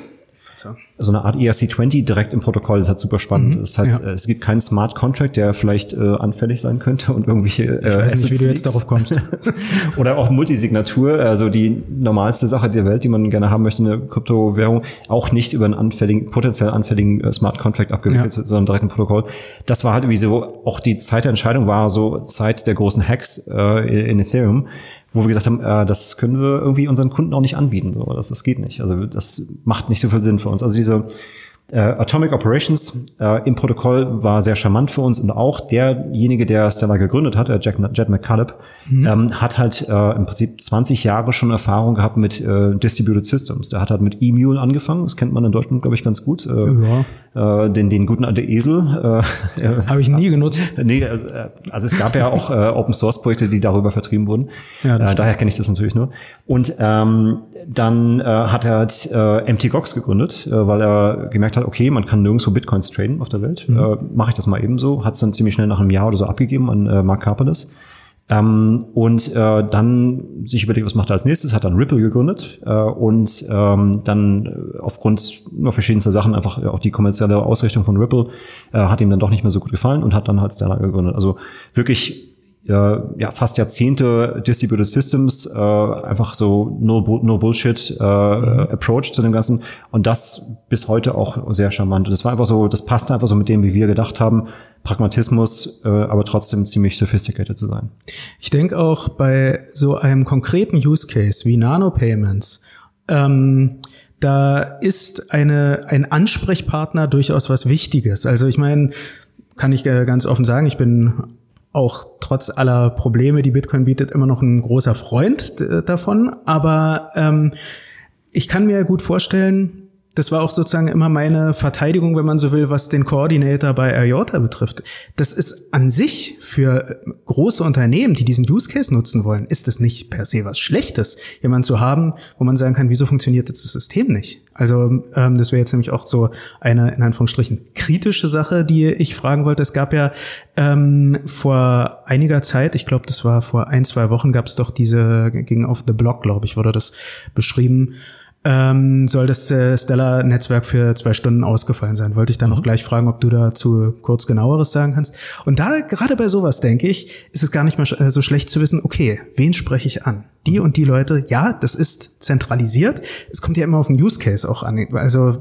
So eine Art E R C zwanzig direkt im Protokoll, das ist halt super spannend. Mhm, das heißt, ja. es gibt keinen Smart Contract, der vielleicht äh, anfällig sein könnte und irgendwelche äh,
Ich weiß nicht, wie du jetzt darauf kommst.
Oder auch Multisignatur, also die normalste Sache der Welt, die man gerne haben möchte, eine Kryptowährung, auch nicht über einen anfälligen, potenziell anfälligen äh, Smart Contract abgewickelt, ja. sondern direkt im Protokoll. Das war halt irgendwie so, auch die Zeit der Entscheidung war so Zeit der großen Hacks äh, in Ethereum, wo wir gesagt haben, äh, das können wir irgendwie unseren Kunden auch nicht anbieten. So, das, das geht nicht. Also das macht nicht so viel Sinn für uns. Also diese äh, Atomic Operations äh, im Protokoll war sehr charmant für uns, und auch derjenige, der Stellar gegründet hat, der Jack, Jed McCaleb, mhm. ähm, hat halt äh, im Prinzip zwanzig Jahre schon Erfahrung gehabt mit äh, Distributed Systems. Der hat halt mit E-Mule angefangen. Das kennt man in Deutschland, glaube ich, ganz gut. Äh, ja. äh, den, den guten alten Esel.
Äh, Habe ich nie genutzt.
Nee, also, also es gab ja auch äh, Open-Source-Projekte, die darüber vertrieben wurden. Ja, äh, daher kenne ich das natürlich nur. Und ähm, dann äh, hat er halt äh, M T Gox gegründet, äh, weil er gemerkt hat, okay, man kann nirgendwo Bitcoins traden auf der Welt. Mhm. Äh, mache ich das mal ebenso. Hat es dann ziemlich schnell nach einem Jahr oder so abgegeben an äh, Mark Karpeles. Ähm, und äh, dann sich überlegt, was macht er als nächstes, hat dann Ripple gegründet äh, und ähm, dann äh, aufgrund nur verschiedenster Sachen einfach äh, auch die kommerzielle Ausrichtung von Ripple äh, hat ihm dann doch nicht mehr so gut gefallen und hat dann halt Stellar gegründet. Also wirklich äh, ja fast Jahrzehnte Distributed Systems, äh, einfach so no, no Bullshit äh, mhm. Approach zu dem Ganzen, und das bis heute auch sehr charmant. Und das war einfach so, das passte einfach so mit dem, wie wir gedacht haben. Pragmatismus, äh, aber trotzdem ziemlich sophisticated zu sein.
Ich denke auch bei so einem konkreten Use Case wie Nano-Payments, ähm, da ist eine ein Ansprechpartner durchaus was Wichtiges. Also ich meine, kann ich ganz offen sagen, ich bin auch trotz aller Probleme, die Bitcoin bietet, immer noch ein großer Freund d- davon. Aber ähm, ich kann mir gut vorstellen, das war auch sozusagen immer meine Verteidigung, wenn man so will, was den Coordinator bei I O T A betrifft. Das ist an sich für große Unternehmen, die diesen Use Case nutzen wollen, ist das nicht per se was Schlechtes, jemanden zu haben, wo man sagen kann, wieso funktioniert jetzt das System nicht? Also ähm, das wäre jetzt nämlich auch so eine, in Anführungsstrichen, kritische Sache, die ich fragen wollte. Es gab ja ähm, vor einiger Zeit, ich glaube, das war vor ein, zwei Wochen, gab es doch diese, ging auf The Block, glaube ich, wurde das beschrieben, ähm, soll das äh, Stellar-Netzwerk für zwei Stunden ausgefallen sein. Wollte ich dann mhm. noch gleich fragen, ob du dazu kurz genaueres sagen kannst. Und da, gerade bei sowas, denke ich, ist es gar nicht mal sch- so schlecht zu wissen, okay, wen spreche ich an? Die und die Leute, ja, das ist zentralisiert. Es kommt ja immer auf den Use Case auch an. Also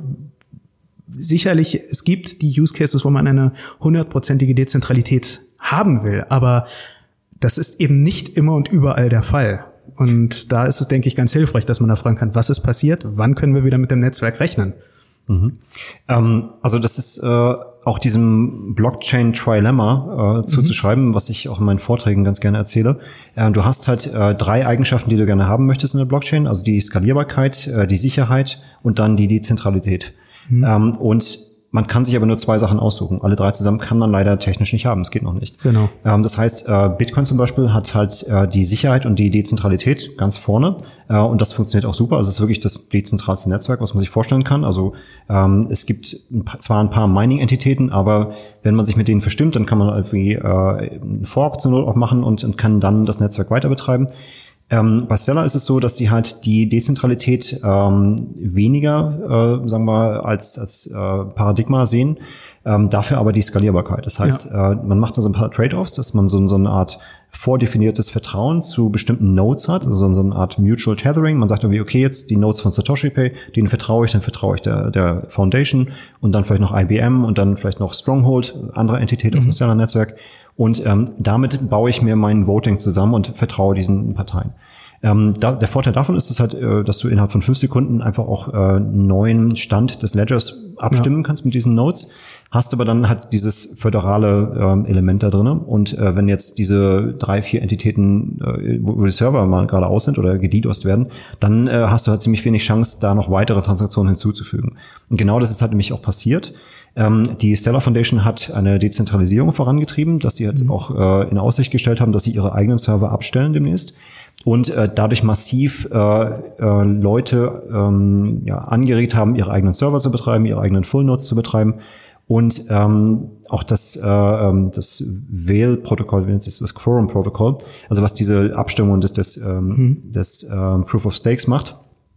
sicherlich, es gibt die Use Cases, wo man eine hundertprozentige Dezentralität haben will, aber das ist eben nicht immer und überall der Fall. Und da ist es, denke ich, ganz hilfreich, dass man da fragen kann, was ist passiert, wann können wir wieder mit dem Netzwerk rechnen?
Mhm. Ähm, also das ist äh, auch diesem Blockchain-Trilemma äh, zuzuschreiben, mhm. was ich auch in meinen Vorträgen ganz gerne erzähle. Äh, du hast halt äh, drei Eigenschaften, die du gerne haben möchtest in der Blockchain, also die Skalierbarkeit, äh, die Sicherheit und dann die Dezentralität. Mhm. Ähm, und man kann sich aber nur zwei Sachen aussuchen. Alle drei zusammen kann man leider technisch nicht haben. Das geht noch nicht.
Genau.
Ähm, das heißt, äh, Bitcoin zum Beispiel hat halt äh, die Sicherheit und die Dezentralität ganz vorne. Äh, und das funktioniert auch super. Also es ist wirklich das dezentralste Netzwerk, was man sich vorstellen kann. Also ähm, es gibt ein paar, zwar ein paar Mining-Entitäten, aber wenn man sich mit denen verstimmt, dann kann man irgendwie äh, einen Fork zur Not auch machen und, und kann dann das Netzwerk weiter betreiben. Ähm, bei Stellar ist es so, dass sie halt die Dezentralität ähm, weniger, äh, sagen wir, als, als äh, Paradigma sehen, ähm, dafür aber die Skalierbarkeit. Das heißt, ja. äh, man macht so ein paar Trade-offs, dass man so, so eine Art vordefiniertes Vertrauen zu bestimmten Nodes hat, also so eine Art Mutual Tethering. Man sagt irgendwie, okay, jetzt die Nodes von Satoshi Pay, denen vertraue ich, dann vertraue ich der, der Foundation und dann vielleicht noch I B M und dann vielleicht noch Stronghold, andere Entität mhm. auf dem Stellar-Netzwerk. Und ähm, damit baue ich mir mein Voting zusammen und vertraue diesen Parteien. Ähm, da, der Vorteil davon ist es halt, äh, dass du innerhalb von fünf Sekunden einfach auch äh, einen neuen Stand des Ledgers abstimmen ja. kannst mit diesen Nodes. Hast aber dann halt dieses föderale ähm, Element da drin. Und äh, wenn jetzt diese drei, vier Entitäten, äh, wo die Server mal gerade aus sind oder gedidost werden, dann äh, hast du halt ziemlich wenig Chance, da noch weitere Transaktionen hinzuzufügen. Und genau das ist halt nämlich auch passiert. Ähm, die Stellar Foundation hat eine Dezentralisierung vorangetrieben, dass sie halt mhm. auch äh, in Aussicht gestellt haben, dass sie ihre eigenen Server abstellen demnächst und äh, dadurch massiv äh, äh, Leute ähm, ja, angeregt haben, ihre eigenen Server zu betreiben, ihre eigenen Full Nodes zu betreiben und ähm, auch das äh, das V A L-Protokoll, das ist das Quorum-Protokoll, also was diese Abstimmung des des, ähm, mhm. des ähm, Proof of Stakes macht.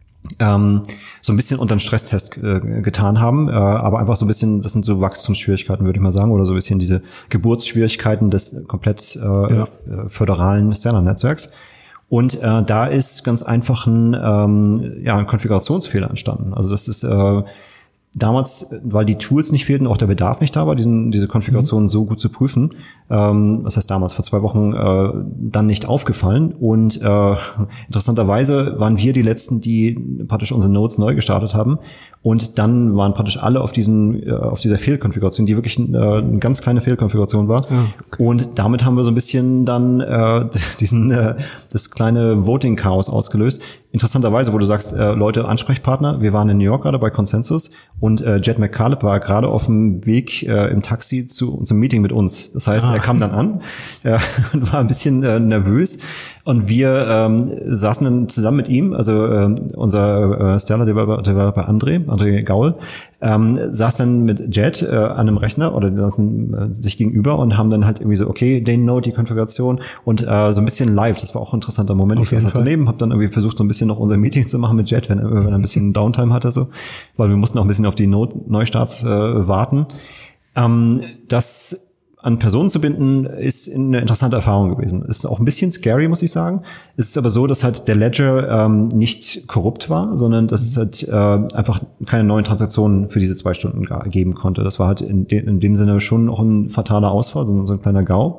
Ähm, so ein bisschen unter den Stresstest äh, getan haben, äh, aber einfach so ein bisschen, das sind so Wachstumsschwierigkeiten, würde ich mal sagen, oder so ein bisschen diese Geburtsschwierigkeiten des komplett äh, ja. föderalen Stellar-Netzwerks. Und äh, da ist ganz einfach ein, ähm, ja, ein Konfigurationsfehler entstanden. Also das ist äh, damals, weil die Tools nicht fehlten, auch der Bedarf nicht da war, diesen, diese Konfiguration mhm. so gut zu prüfen. Ähm, das heißt, damals vor zwei Wochen äh, dann nicht aufgefallen. Und äh, interessanterweise waren wir die Letzten, die praktisch unsere Nodes neu gestartet haben. Und dann waren praktisch alle auf diesem, äh, auf dieser Fehlkonfiguration, die wirklich äh, eine ganz kleine Fehlkonfiguration war. Ja, okay. Und damit haben wir so ein bisschen dann äh, diesen äh, das kleine Voting-Chaos ausgelöst. Interessanterweise, wo du sagst, äh, Leute, Ansprechpartner, wir waren in New York gerade bei Consensus und äh, Jed McCaleb war gerade auf dem Weg äh, im Taxi zu unserem Meeting mit uns. Das heißt, ah. er kam dann an äh, und war ein bisschen äh, nervös und wir ähm, saßen dann zusammen mit ihm, also äh, unser äh, Stellar Developer, Developer André, André Gaul, ähm, saß dann mit Jed äh, an einem Rechner oder die saßen äh, sich gegenüber und haben dann halt irgendwie so, okay, they know die Konfiguration und äh, so ein bisschen live, das war auch ein interessanter Moment. Auf ich saß halt daneben, habe dann irgendwie versucht, so ein bisschen noch unser Meeting zu machen mit Jed, wenn, wenn er ein bisschen Downtime hatte, so, weil wir mussten auch ein bisschen auf die Not- Neustarts äh, warten. Ähm, das an Personen zu binden, ist eine interessante Erfahrung gewesen. Ist auch ein bisschen scary, muss ich sagen. Es ist aber so, dass halt der Ledger ähm, nicht korrupt war, sondern dass es halt äh, einfach keine neuen Transaktionen für diese zwei Stunden geben konnte. Das war halt in, de- in dem Sinne schon auch ein fataler Ausfall, so, so ein kleiner GAU.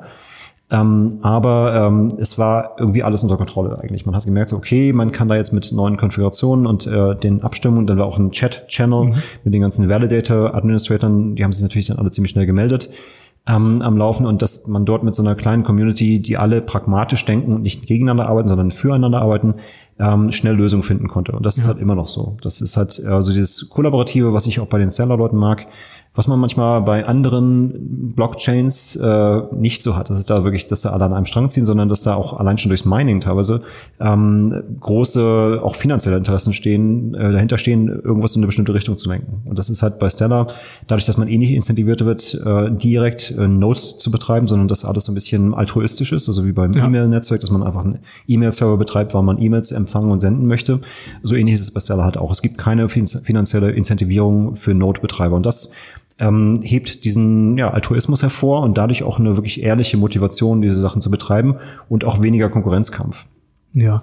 Ähm, aber ähm, es war irgendwie alles unter Kontrolle eigentlich. Man hat gemerkt, so, okay, man kann da jetzt mit neuen Konfigurationen und äh, den Abstimmungen, dann war auch ein Chat-Channel mhm. mit den ganzen Validator-Administratoren, die haben sich natürlich dann alle ziemlich schnell gemeldet. Ähm, am Laufen und dass man dort mit so einer kleinen Community, die alle pragmatisch denken und nicht gegeneinander arbeiten, sondern füreinander arbeiten, ähm, schnell Lösungen finden konnte. Und das ja. ist halt immer noch so. Das ist halt äh, so dieses Kollaborative, was ich auch bei den Stellar-Leuten mag, was man manchmal bei anderen Blockchains äh, nicht so hat. Das ist da wirklich, dass da alle an einem Strang ziehen, sondern dass da auch allein schon durchs Mining teilweise ähm, große, auch finanzielle Interessen stehen, äh, dahinter stehen, irgendwas in eine bestimmte Richtung zu lenken. Und das ist halt bei Stellar, dadurch, dass man eh nicht incentiviert wird, äh, direkt äh, Nodes zu betreiben, sondern dass alles so ein bisschen altruistisch ist, also wie beim ja. E-Mail-Netzwerk, dass man einfach einen E-Mail-Server betreibt, weil man E-Mails empfangen und senden möchte. So ähnlich ist es bei Stellar halt auch. Es gibt keine finanzielle Incentivierung für Node-Betreiber. Und das ähm, hebt diesen ja, Altruismus hervor und dadurch auch eine wirklich ehrliche Motivation, diese Sachen zu betreiben und auch weniger Konkurrenzkampf.
Ja.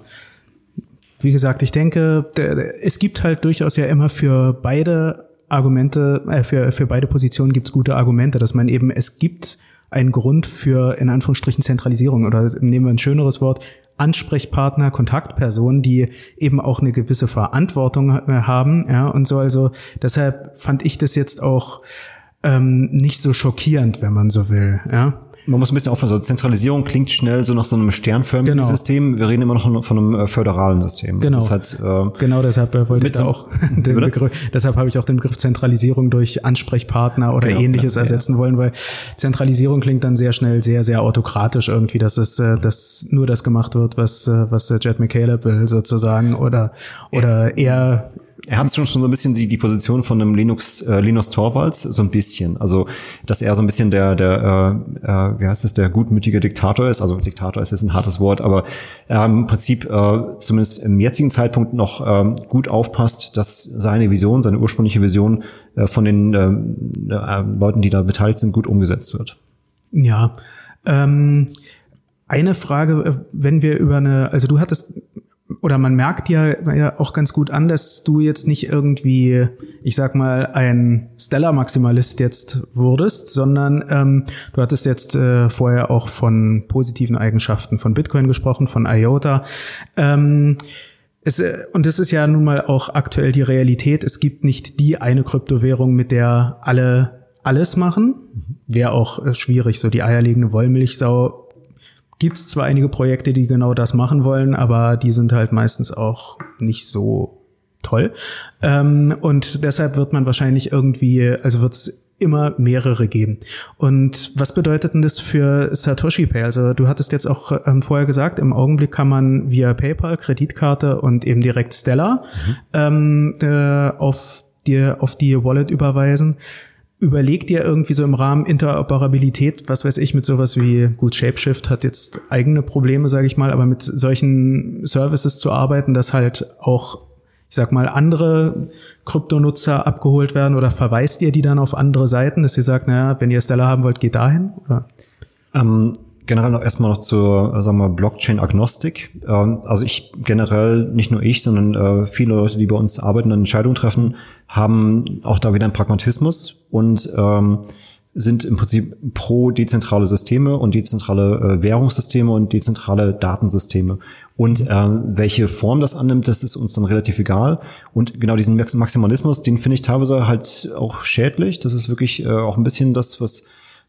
Wie gesagt, ich denke, es gibt halt durchaus ja immer für beide Argumente, äh, für, für beide Positionen gibt's gute Argumente, dass man eben, es gibt einen Grund für, in Anführungsstrichen, Zentralisierung oder nehmen wir ein schöneres Wort, Ansprechpartner, Kontaktpersonen, die eben auch eine gewisse Verantwortung haben, ja, und so. Also deshalb fand ich das jetzt auch ähm, nicht so schockierend, wenn man so will, ja.
Man muss ein bisschen aufpassen, so Zentralisierung klingt schnell so nach so einem sternförmigen genau. System. Wir reden immer noch von einem äh, föderalen System.
Genau.
Das heißt, äh,
genau deshalb äh, wollte ich da auch den Begriff, deshalb habe ich auch den Begriff Zentralisierung durch Ansprechpartner oder genau, ähnliches ja, ersetzen ja. wollen, weil Zentralisierung klingt dann sehr schnell sehr, sehr autokratisch irgendwie, dass es, äh, dass nur das gemacht wird, was, äh, was äh, Jed McCaleb will sozusagen oder, oder eher
Er hat schon schon so ein bisschen die die Position von einem Linux äh, Linus Torvalds so ein bisschen, also dass er so ein bisschen der der äh, äh, wie heißt es der gutmütige Diktator ist, also Diktator ist jetzt ein hartes Wort, aber er im Prinzip äh, zumindest im jetzigen Zeitpunkt noch ähm, gut aufpasst, dass seine Vision, seine ursprüngliche Vision äh, von den äh, äh, Leuten, die da beteiligt sind, gut umgesetzt wird.
Ja, ähm, eine Frage, wenn wir über eine, also du hattest oder man merkt ja, ja auch ganz gut an, dass du jetzt nicht irgendwie, ich sag mal, ein Stellar-Maximalist jetzt wurdest, sondern ähm, du hattest jetzt äh, vorher auch von positiven Eigenschaften von Bitcoin gesprochen, von I O T A. Ähm, es, und das ist ja nun mal auch aktuell die Realität. Es gibt nicht die eine Kryptowährung, mit der alle alles machen. Wäre auch äh, schwierig, so die eierlegende Wollmilchsau. Gibt's zwar einige Projekte, die genau das machen wollen, aber die sind halt meistens auch nicht so toll. Ähm, und deshalb wird man wahrscheinlich irgendwie, also wird's immer mehrere geben. Und was bedeutet denn das für Satoshi Pay? Also du hattest jetzt auch ähm, vorher gesagt, im Augenblick kann man via PayPal, Kreditkarte und eben direkt Stellar mhm. ähm, äh, auf die, auf die Wallet überweisen. Überlegt ihr irgendwie so im Rahmen Interoperabilität, was weiß ich, mit sowas wie, gut, Shapeshift hat jetzt eigene Probleme, sage ich mal, aber mit solchen Services zu arbeiten, dass halt auch, ich sag mal, andere Kryptonutzer abgeholt werden, oder verweist ihr die dann auf andere Seiten, dass ihr sagt, naja, wenn ihr Stellar haben wollt, geht dahin? Oder?
Ähm, generell noch erstmal noch zur, sagen wir, Blockchain-Agnostik. Ähm, also ich generell, nicht nur ich, sondern äh, viele Leute, die bei uns arbeiten und Entscheidungen treffen, haben auch da wieder einen Pragmatismus und ähm, sind im Prinzip pro dezentrale Systeme und dezentrale äh, Währungssysteme und dezentrale Datensysteme. Und äh, welche Form das annimmt, das ist uns dann relativ egal. Und genau diesen Maximalismus, den finde ich teilweise halt auch schädlich. Das ist wirklich äh, auch ein bisschen das, was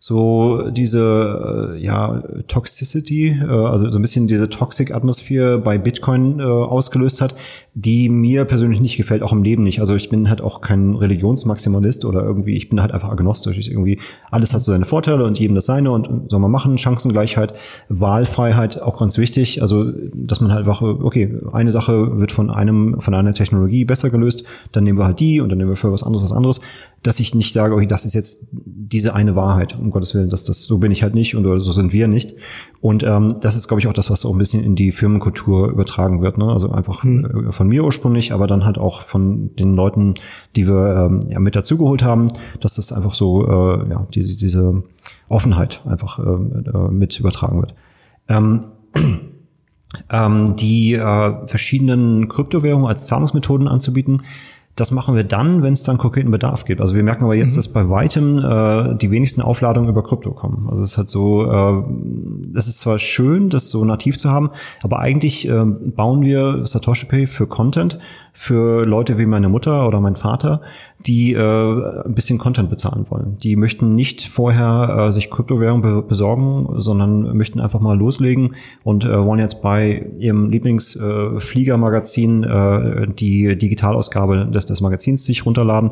so diese äh, ja Toxicity, äh, also so ein bisschen diese Toxic-Atmosphäre bei Bitcoin äh, ausgelöst hat, die mir persönlich nicht gefällt, auch im Leben nicht. Also ich bin halt auch kein Religionsmaximalist oder irgendwie, ich bin halt einfach agnostisch. Ich irgendwie, alles hat so seine Vorteile und jedem das seine und, und soll man machen. Chancengleichheit, Wahlfreiheit, auch ganz wichtig. Also, dass man halt einfach, okay, eine Sache wird von einem, von einer Technologie besser gelöst, dann nehmen wir halt die und dann nehmen wir für was anderes was anderes. Dass ich nicht sage, okay, das ist jetzt diese eine Wahrheit, um Gottes Willen, dass das, so bin ich halt nicht und so sind wir nicht. Und ähm, das ist, glaube ich, auch das, was so ein bisschen in die Firmenkultur übertragen wird, ne? Also einfach hm. von mir ursprünglich, aber dann halt auch von den Leuten, die wir ähm, ja, mit dazugeholt haben, dass das einfach so, äh, ja, diese, diese Offenheit einfach äh, mit übertragen wird. Ähm, ähm, die äh, verschiedenen Kryptowährungen als Zahlungsmethoden anzubieten, das machen wir dann, wenn es dann konkreten Bedarf gibt. Also wir merken aber jetzt, mhm. dass bei weitem äh, die wenigsten Aufladungen über Krypto kommen. Also es ist halt so, äh, es ist zwar schön, das so nativ zu haben, aber eigentlich äh, bauen wir Satoshi Pay für Content, für Leute wie meine Mutter oder mein Vater, die äh, ein bisschen Content bezahlen wollen. Die möchten nicht vorher äh, sich Kryptowährung be- besorgen, sondern möchten einfach mal loslegen und äh, wollen jetzt bei ihrem Lieblingsfliegermagazin äh, äh, die Digitalausgabe des, des Magazins sich runterladen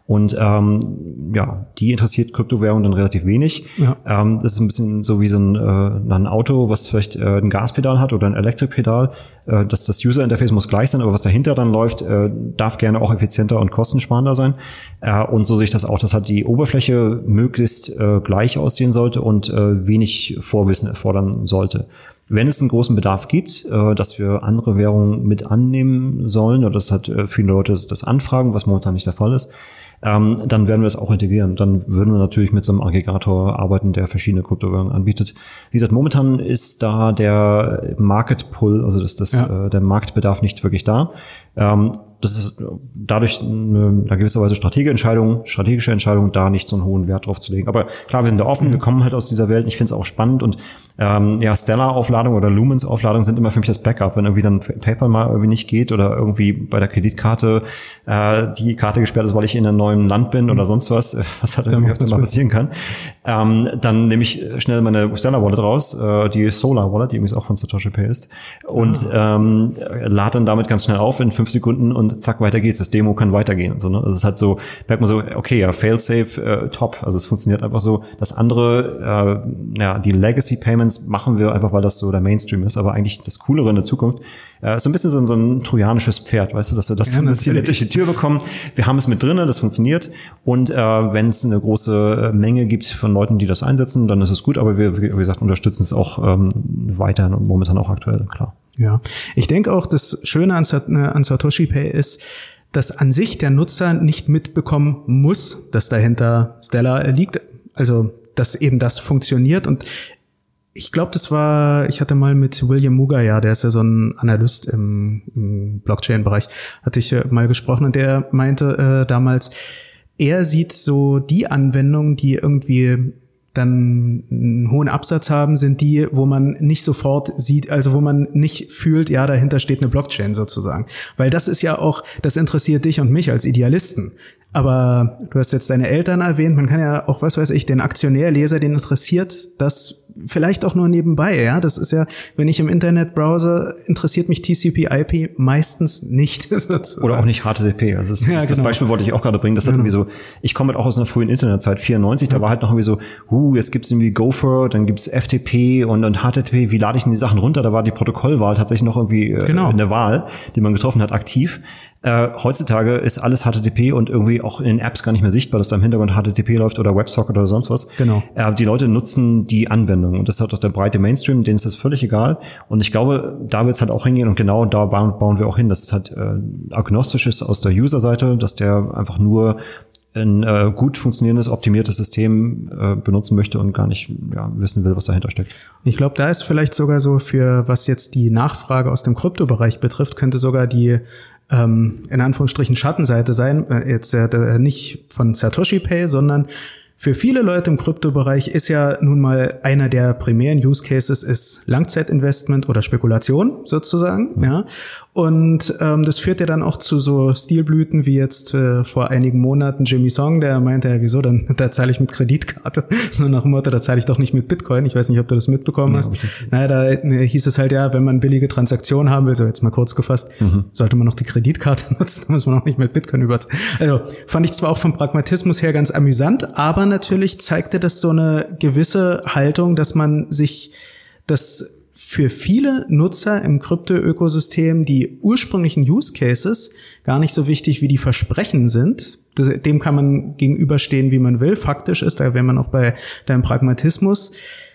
Und ähm, ja, die interessiert Kryptowährung dann relativ wenig. Ja. Ähm, das ist ein bisschen so wie so ein, äh, ein Auto, was vielleicht äh, ein Gaspedal hat oder ein Elektrikpedal. Äh, das, das User-Interface muss gleich sein, aber was dahinter dann läuft, äh, darf gerne auch effizienter und kostensparender sein. Äh, und so sehe ich das auch, dass halt die Oberfläche möglichst äh, gleich aussehen sollte und äh, wenig Vorwissen erfordern sollte. Wenn es einen großen Bedarf gibt, äh, dass wir andere Währungen mit annehmen sollen oder dass halt äh, viele Leute das, das anfragen, was momentan nicht der Fall ist, ähm, dann werden wir es auch integrieren. Dann würden wir natürlich mit so einem Aggregator arbeiten, der verschiedene Kryptowährungen anbietet. Wie gesagt, momentan ist da der Market Pull, also das, das, ja. äh, der Marktbedarf nicht wirklich da. Ähm, das ist dadurch eine, eine gewisserweise strategische Entscheidung, strategische Entscheidung, da nicht so einen hohen Wert drauf zu legen. Aber klar, wir sind da offen, wir kommen halt aus dieser Welt. Ich finde es auch spannend und ähm, ja, Stellar-Aufladung oder Lumens-Aufladung sind immer für mich das Backup, wenn irgendwie dann PayPal mal irgendwie nicht geht oder irgendwie bei der Kreditkarte äh, die Karte gesperrt ist, weil ich in einem neuen Land bin oder sonst was, was halt irgendwie öfter mal passieren kann. Ähm, dann nehme ich schnell meine Stellar-Wallet raus, äh, die Solar-Wallet, die übrigens auch von Satoshi Pay ist, und ah. ähm, lade dann damit ganz schnell auf in fünf Sekunden und zack, weiter geht's. Das Demo kann weitergehen und so, ne? Also es ist halt so, merkt man so, okay, ja, Failsafe, äh, top. Also es funktioniert einfach so. Das andere, äh, ja, die Legacy Payments machen wir einfach, weil das so der Mainstream ist. Aber eigentlich das Coolere in der Zukunft äh, ist so ein bisschen so, so ein trojanisches Pferd, weißt du, dass wir das ja, jetzt hier durch die Tür bekommen. Wir haben es mit drinnen, das funktioniert. Und äh, wenn es eine große Menge gibt von Leuten, die das einsetzen, dann ist es gut. Aber wir, wie gesagt, unterstützen es auch ähm, weiterhin und momentan auch aktuell, klar.
Ja, ich denke auch, das Schöne an, an Satoshi Pay ist, dass an sich der Nutzer nicht mitbekommen muss, dass dahinter Stellar liegt. Also, dass eben das funktioniert. Und ich glaube, das war, ich hatte mal mit William Mugaya, der ist ja so ein Analyst im, im Blockchain-Bereich, hatte ich mal gesprochen und der meinte äh, damals, er sieht so die Anwendungen, die irgendwie dann einen hohen Absatz haben, sind die, wo man nicht sofort sieht, also wo man nicht fühlt, ja, dahinter steht eine Blockchain sozusagen. Weil das ist ja auch, das interessiert dich und mich als Idealisten. Aber du hast jetzt deine Eltern erwähnt, man kann ja auch, was weiß ich, den Aktionärleser, den interessiert das vielleicht auch nur nebenbei, ja. Das ist ja, wenn ich im Internet browse, interessiert mich T C P I P meistens nicht. Sozusagen.
Oder auch nicht H T T P. Also das, ja, das genau. Beispiel wollte ich auch gerade bringen. Das hat genau. irgendwie so, ich komme halt auch aus einer frühen Internetzeit, vierundneunzig, ja. Da war halt noch irgendwie so, huh, jetzt gibt's irgendwie Gopher, dann gibt's F T P und, und H T T P. Wie lade ich denn die Sachen runter? Da war die Protokollwahl tatsächlich noch irgendwie äh, genau. in der Wahl, die man getroffen hat, aktiv. Äh, heutzutage ist alles H T T P und irgendwie auch in den Apps gar nicht mehr sichtbar, dass da im Hintergrund H T T P läuft oder WebSocket oder sonst was.
Genau.
Äh, die Leute nutzen die Anwendung und das hat auch der breite Mainstream, denen ist das völlig egal. Und ich glaube, da wird es halt auch hingehen und genau da bauen, bauen wir auch hin, dass es halt äh, agnostisch ist aus der User-Seite, dass der einfach nur ein äh, gut funktionierendes, optimiertes System äh, benutzen möchte und gar nicht ja, wissen will, was dahinter steckt.
Ich glaube, da ist vielleicht sogar so für, was jetzt die Nachfrage aus dem Kryptobereich betrifft, könnte sogar die ähm, in Anführungsstrichen Schattenseite sein, äh, jetzt äh, nicht von Satoshi Pay, sondern für viele Leute im Kryptobereich ist ja nun mal einer der primären Use Cases ist Langzeitinvestment oder Spekulation sozusagen, mhm. ja. Und ähm, das führt ja dann auch zu so Stilblüten wie jetzt äh, vor einigen Monaten Jimmy Song, der meinte, ja wieso, dann da zahle ich mit Kreditkarte. So nach dem Motto, da zahle ich doch nicht mit Bitcoin. Ich weiß nicht, ob du das mitbekommen ja, hast. Naja, da äh, hieß es halt ja, wenn man billige Transaktionen haben will, so jetzt mal kurz gefasst, mhm. sollte man noch die Kreditkarte nutzen, da muss man auch nicht mit Bitcoin überzahlen. Also fand ich zwar auch vom Pragmatismus her ganz amüsant, aber natürlich zeigte das so eine gewisse Haltung, dass man sich das für viele Nutzer im Krypto-Ökosystem die ursprünglichen Use Cases gar nicht so wichtig wie die Versprechen sind. Dem kann man gegenüberstehen, wie man will. Faktisch ist, da wäre man auch bei deinem Pragmatismus.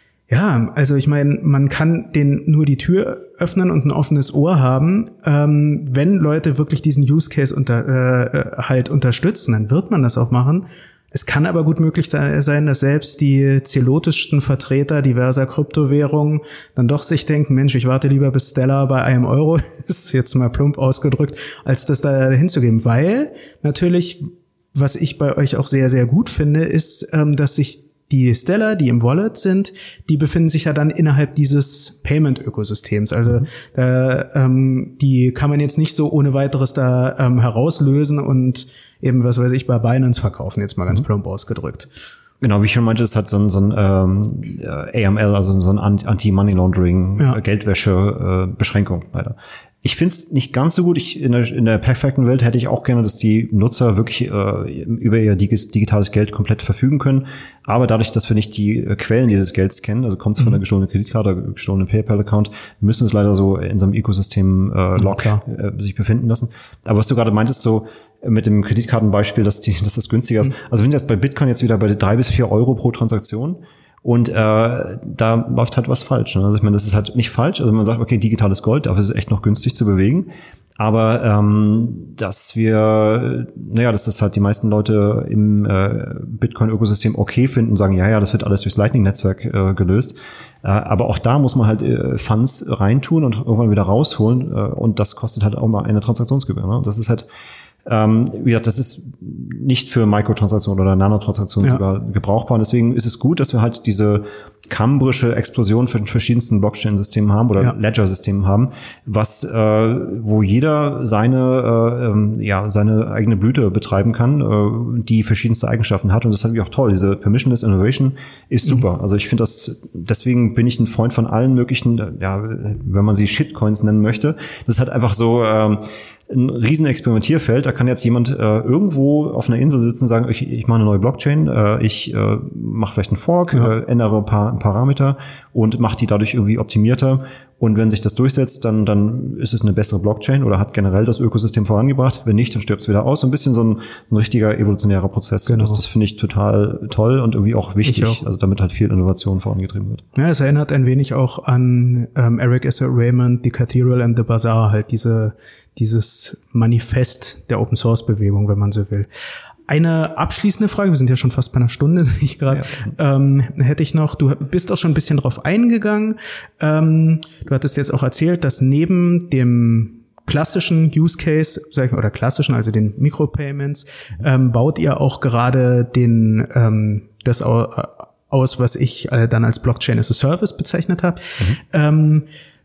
Ja, also ich meine, man kann denen nur die Tür öffnen und ein offenes Ohr haben. Ähm, wenn Leute wirklich diesen Use Case unter, äh, halt unterstützen, dann wird man das auch machen. Es kann aber gut möglich sein, dass selbst die zelotischsten Vertreter diverser Kryptowährungen dann doch sich denken, Mensch, ich warte lieber bis Stellar bei einem Euro, ist jetzt mal plump ausgedrückt, als das da hinzugeben. Weil natürlich, was ich bei euch auch sehr, sehr gut finde, ist, dass sich die Stellar, die im Wallet sind, die befinden sich ja dann innerhalb dieses Payment-Ökosystems. Also da, ähm, die kann man jetzt nicht so ohne weiteres da ähm, herauslösen und eben, was weiß ich, bei Binance verkaufen, jetzt mal ganz plump ausgedrückt.
Genau, wie ich schon meinte, es hat so ein, so ein ähm, A M L, also so ein Anti-Money-Laundering, ja. Geldwäsche-Beschränkung leider. Ich finde es nicht ganz so gut. Ich, in der, in der perfekten Welt hätte ich auch gerne, dass die Nutzer wirklich äh, über ihr digitales Geld komplett verfügen können. Aber dadurch, dass wir nicht die äh, Quellen dieses Gelds kennen, also kommt es von mhm. einer gestohlenen Kreditkarte oder gestohlenen PayPal-Account, müssen wir es leider so in so einem Ökosystem äh, Lock ja, äh, sich befinden lassen. Aber was du gerade meintest, so mit dem Kreditkartenbeispiel, dass, die, dass das günstiger ist. Mhm. Also wenn das bei Bitcoin jetzt wieder bei drei bis vier Euro pro Transaktion und äh, da läuft halt was falsch. Ne? Also ich meine, das ist halt nicht falsch. Also man sagt, okay, digitales Gold, dafür ist es echt noch günstig zu bewegen. Aber ähm, dass wir, naja, dass das halt die meisten Leute im äh, Bitcoin-Ökosystem okay finden, sagen, ja, ja, das wird alles durchs Lightning-Netzwerk äh, gelöst. Äh, aber auch da muss man halt äh, Funds reintun und irgendwann wieder rausholen. Äh, und das kostet halt auch mal eine Transaktionsgebühr. Ne? Das ist halt Ähm, wie gesagt, das ist nicht für Mikrotransaktionen oder Nanotransaktionen ja. sogar gebrauchbar. Und deswegen ist es gut, dass wir halt diese kambrische Explosion für den verschiedensten Blockchain-Systemen haben oder ja. Ledger-Systemen haben, was, äh, wo jeder seine, äh, ja, seine eigene Blüte betreiben kann, äh, die verschiedenste Eigenschaften hat. Und das ist natürlich auch toll. Diese Permissionless Innovation ist super. Mhm. Also ich finde das, deswegen bin ich ein Freund von allen möglichen, ja, wenn man sie Shitcoins nennen möchte. Das ist halt einfach so, äh, ein riesen Experimentierfeld. Da kann jetzt jemand äh, irgendwo auf einer Insel sitzen und sagen, ich, ich mache eine neue Blockchain, äh, ich äh, mache vielleicht einen Fork, ja. äh, ändere ein paar Parameter und mache die dadurch irgendwie optimierter. Und wenn sich das durchsetzt, dann dann ist es eine bessere Blockchain oder hat generell das Ökosystem vorangebracht. Wenn nicht, dann stirbt es wieder aus. So ein bisschen so ein, so ein richtiger evolutionärer Prozess. Genau. Das, das finde ich total toll und irgendwie auch wichtig, auch. Also damit halt viel Innovation vorangetrieben wird.
Ja, es erinnert ein wenig auch an ähm, Eric S. Raymond, The Cathedral and the Bazaar, halt diese dieses Manifest der Open-Source-Bewegung, wenn man so will. Eine abschließende Frage, wir sind ja schon fast bei einer Stunde, sehe ich gerade, ja. ähm, hätte ich noch, du bist auch schon ein bisschen drauf eingegangen, ähm, du hattest jetzt auch erzählt, dass neben dem klassischen Use Case, sag ich mal, oder klassischen, also den Micropayments, ähm, baut ihr auch gerade den ähm, das aus, was ich äh, dann als Blockchain as a Service bezeichnet habe. Mhm. Ähm,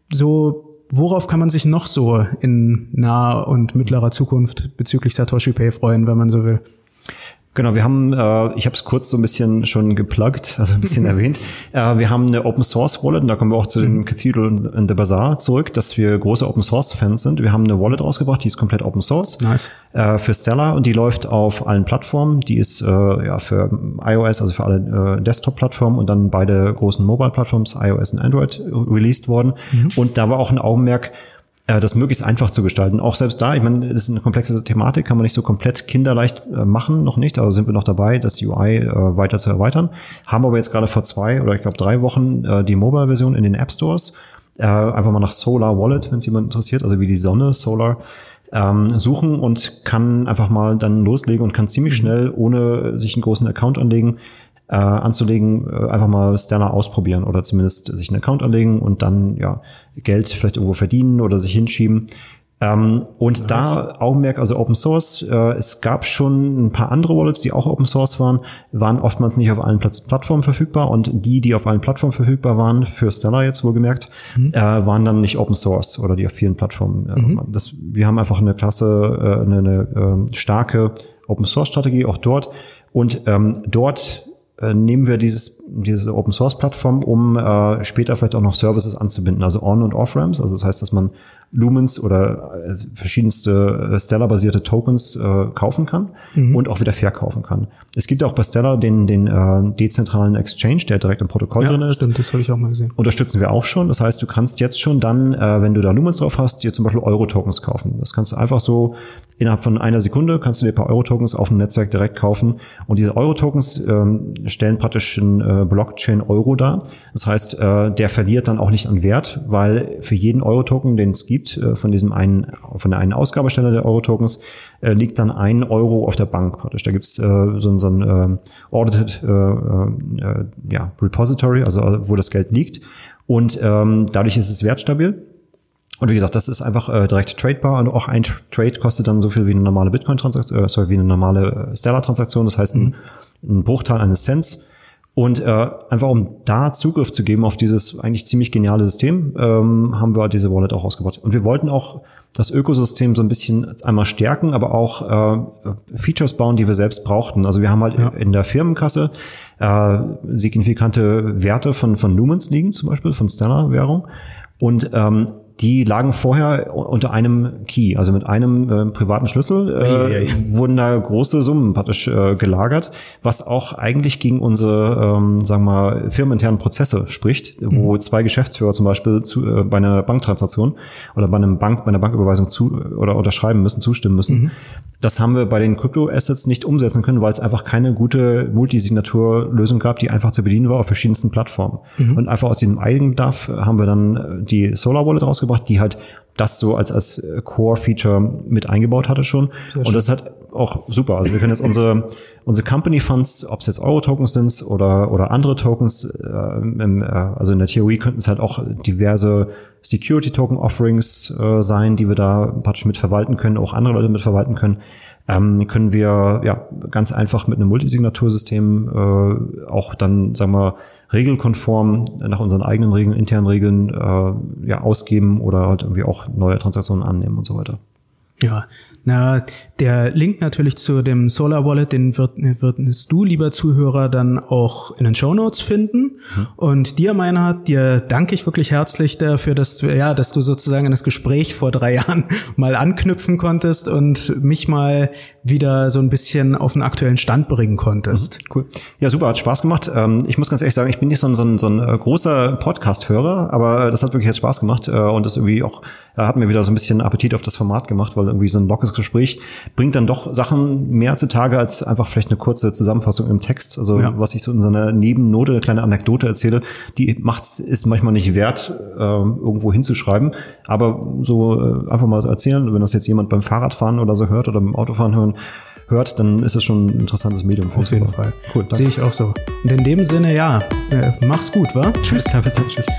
so Worauf kann man sich noch so in naher und mittlerer Zukunft bezüglich Satoshi Pay freuen, wenn man so will?
Genau, wir haben, äh, ich habe es kurz so ein bisschen schon gepluggt, also ein bisschen erwähnt. Äh, wir haben eine Open Source Wallet und da kommen wir auch zu dem Cathedral and the Bazaar zurück, dass wir große Open Source Fans sind. Wir haben eine Wallet rausgebracht, die ist komplett Open Source.
Nice.
Äh, für Stellar und die läuft auf allen Plattformen. Die ist äh, ja für iOS, also für alle äh, Desktop-Plattformen und dann beide großen Mobile-Plattforms, iOS und Android, released worden. Mhm. Und da war auch ein Augenmerk, das möglichst einfach zu gestalten. Auch selbst da, ich meine, das ist eine komplexe Thematik, kann man nicht so komplett kinderleicht äh, machen, noch nicht. Also sind wir noch dabei, das U I äh, weiter zu erweitern. Haben aber jetzt gerade vor zwei oder ich glaube drei Wochen äh, die Mobile-Version in den App Stores. Äh, einfach mal nach Solar Wallet, wenn es jemand interessiert, also wie die Sonne, Solar, ähm, suchen und kann einfach mal dann loslegen und kann ziemlich schnell, ohne sich einen großen Account anlegen, Äh, anzulegen, äh, einfach mal Stellar ausprobieren oder zumindest sich einen Account anlegen und dann ja Geld vielleicht irgendwo verdienen oder sich hinschieben. Ähm, und nice. Da Augenmerk, also Open Source, äh, es gab schon ein paar andere Wallets, die auch Open Source waren, waren oftmals nicht auf allen Platz- Plattformen verfügbar und die, die auf allen Plattformen verfügbar waren, für Stellar jetzt wohlgemerkt, mhm. äh, waren dann nicht Open Source oder die auf vielen Plattformen. Äh, mhm. das, wir haben einfach eine klasse, äh, eine, eine äh, starke Open Source Strategie auch dort und ähm, dort nehmen wir dieses diese Open Source Plattform, um äh, später vielleicht auch noch Services anzubinden, also On- und Off-Ramps. Also das heißt, dass man Lumens oder äh, verschiedenste äh, Stellar-basierte Tokens äh, kaufen kann mhm. und auch wieder verkaufen kann. Es gibt auch bei Stellar den den äh, dezentralen Exchange, der direkt im Protokoll
ja,
drin ist.
Stimmt, das habe ich auch mal gesehen.
Unterstützen wir auch schon. Das heißt, du kannst jetzt schon dann, äh, wenn du da Lumens drauf hast, dir zum Beispiel Euro-Tokens kaufen. Das kannst du einfach so innerhalb von einer Sekunde kannst du dir ein paar Euro-Tokens auf dem Netzwerk direkt kaufen. Und diese Euro-Tokens ähm, stellen praktisch einen äh, Blockchain-Euro dar. Das heißt, äh, der verliert dann auch nicht an Wert, weil für jeden Euro-Token, den es gibt, äh, von diesem einen, von der einen Ausgabestelle der Euro-Tokens, äh, liegt dann ein Euro auf der Bank praktisch. Da gibt's äh, so, so ein äh, Audited äh, äh, ja, Repository, also wo das Geld liegt. Und ähm, dadurch ist es wertstabil. Und wie gesagt, das ist einfach äh, direkt tradebar und auch ein Trade kostet dann so viel wie eine normale Bitcoin-Transaktion, äh, sorry, wie eine normale Stellar-Transaktion, das heißt ein, ein Bruchteil eines Cents. Und äh, einfach um da Zugriff zu geben auf dieses eigentlich ziemlich geniale System, ähm, haben wir diese Wallet auch ausgebaut. Und wir wollten auch das Ökosystem so ein bisschen einmal stärken, aber auch äh, Features bauen, die wir selbst brauchten. Also wir haben halt ja. in der Firmenkasse äh, signifikante Werte von von Lumens liegen, zum Beispiel von Stellar-Währung. Und ähm, die lagen vorher unter einem Key, also mit einem äh, privaten Schlüssel äh,
Ei, ei.
wurden da große Summen praktisch äh, gelagert, was auch eigentlich gegen unsere, ähm, sagen wir mal, firmeninternen Prozesse spricht, mhm. wo zwei Geschäftsführer zum Beispiel zu, äh, bei einer Banktransaktion oder bei einem Bank, bei einer Banküberweisung zu oder unterschreiben müssen, zustimmen müssen. Mhm. Das haben wir bei den Crypto-Assets nicht umsetzen können, weil es einfach keine gute Multisignaturlösung gab, die einfach zu bedienen war auf verschiedensten Plattformen. Mhm. Und einfach aus diesem Eigenbedarf haben wir dann die Solar Wallet rausgebracht, die halt das so als als Core-Feature mit eingebaut hatte schon. Sehr und das ist halt auch super. Also wir können jetzt unsere unsere Company Funds, ob es jetzt Euro-Tokens sind oder oder andere Tokens, äh, im, äh, also in der Theorie könnten es halt auch diverse Security-Token-Offerings äh, sein, die wir da praktisch mit verwalten können, auch andere Leute mit verwalten können. Ähm, können wir ja ganz einfach mit einem Multisignatursystem äh, auch dann, sagen wir, regelkonform nach unseren eigenen Regeln, internen Regeln äh, ja ausgeben oder halt irgendwie auch neue Transaktionen annehmen und so weiter.
Ja, na, der Link natürlich zu dem Solar Wallet, den wird, wirst du, lieber Zuhörer, dann auch in den Shownotes finden. Mhm. Und dir, Meinhard, dir danke ich wirklich herzlich dafür, dass du, ja, dass du sozusagen an das Gespräch vor drei Jahren mal anknüpfen konntest und mich mal wieder so ein bisschen auf den aktuellen Stand bringen konntest.
Mhm, cool. Ja, super, hat Spaß gemacht. Ich muss ganz ehrlich sagen, ich bin nicht so ein, so ein, so ein großer Podcast-Hörer, aber das hat wirklich jetzt Spaß gemacht und das irgendwie auch hat mir wieder so ein bisschen Appetit auf das Format gemacht, weil irgendwie so ein lockeres Gespräch bringt dann doch Sachen mehr zutage als einfach vielleicht eine kurze Zusammenfassung im Text. Also ja. was ich so in so einer Nebennote, eine kleine Anekdote erzähle, die macht's ist manchmal nicht wert, äh, irgendwo hinzuschreiben. Aber so äh, einfach mal erzählen, wenn das jetzt jemand beim Fahrradfahren oder so hört oder beim Autofahren hören, hört, dann ist es schon ein interessantes Medium.
Auf jeden Fall. Cool, danke. Sehe ich auch so. Und in dem Sinne, ja, äh, mach's gut, wa?
Tschüss. Ja, bis dann, tschüss.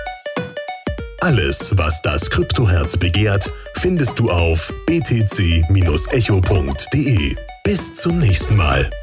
Alles, was das Kryptoherz begehrt, findest du auf b t c Bindestrich echo Punkt d e. Bis zum nächsten Mal.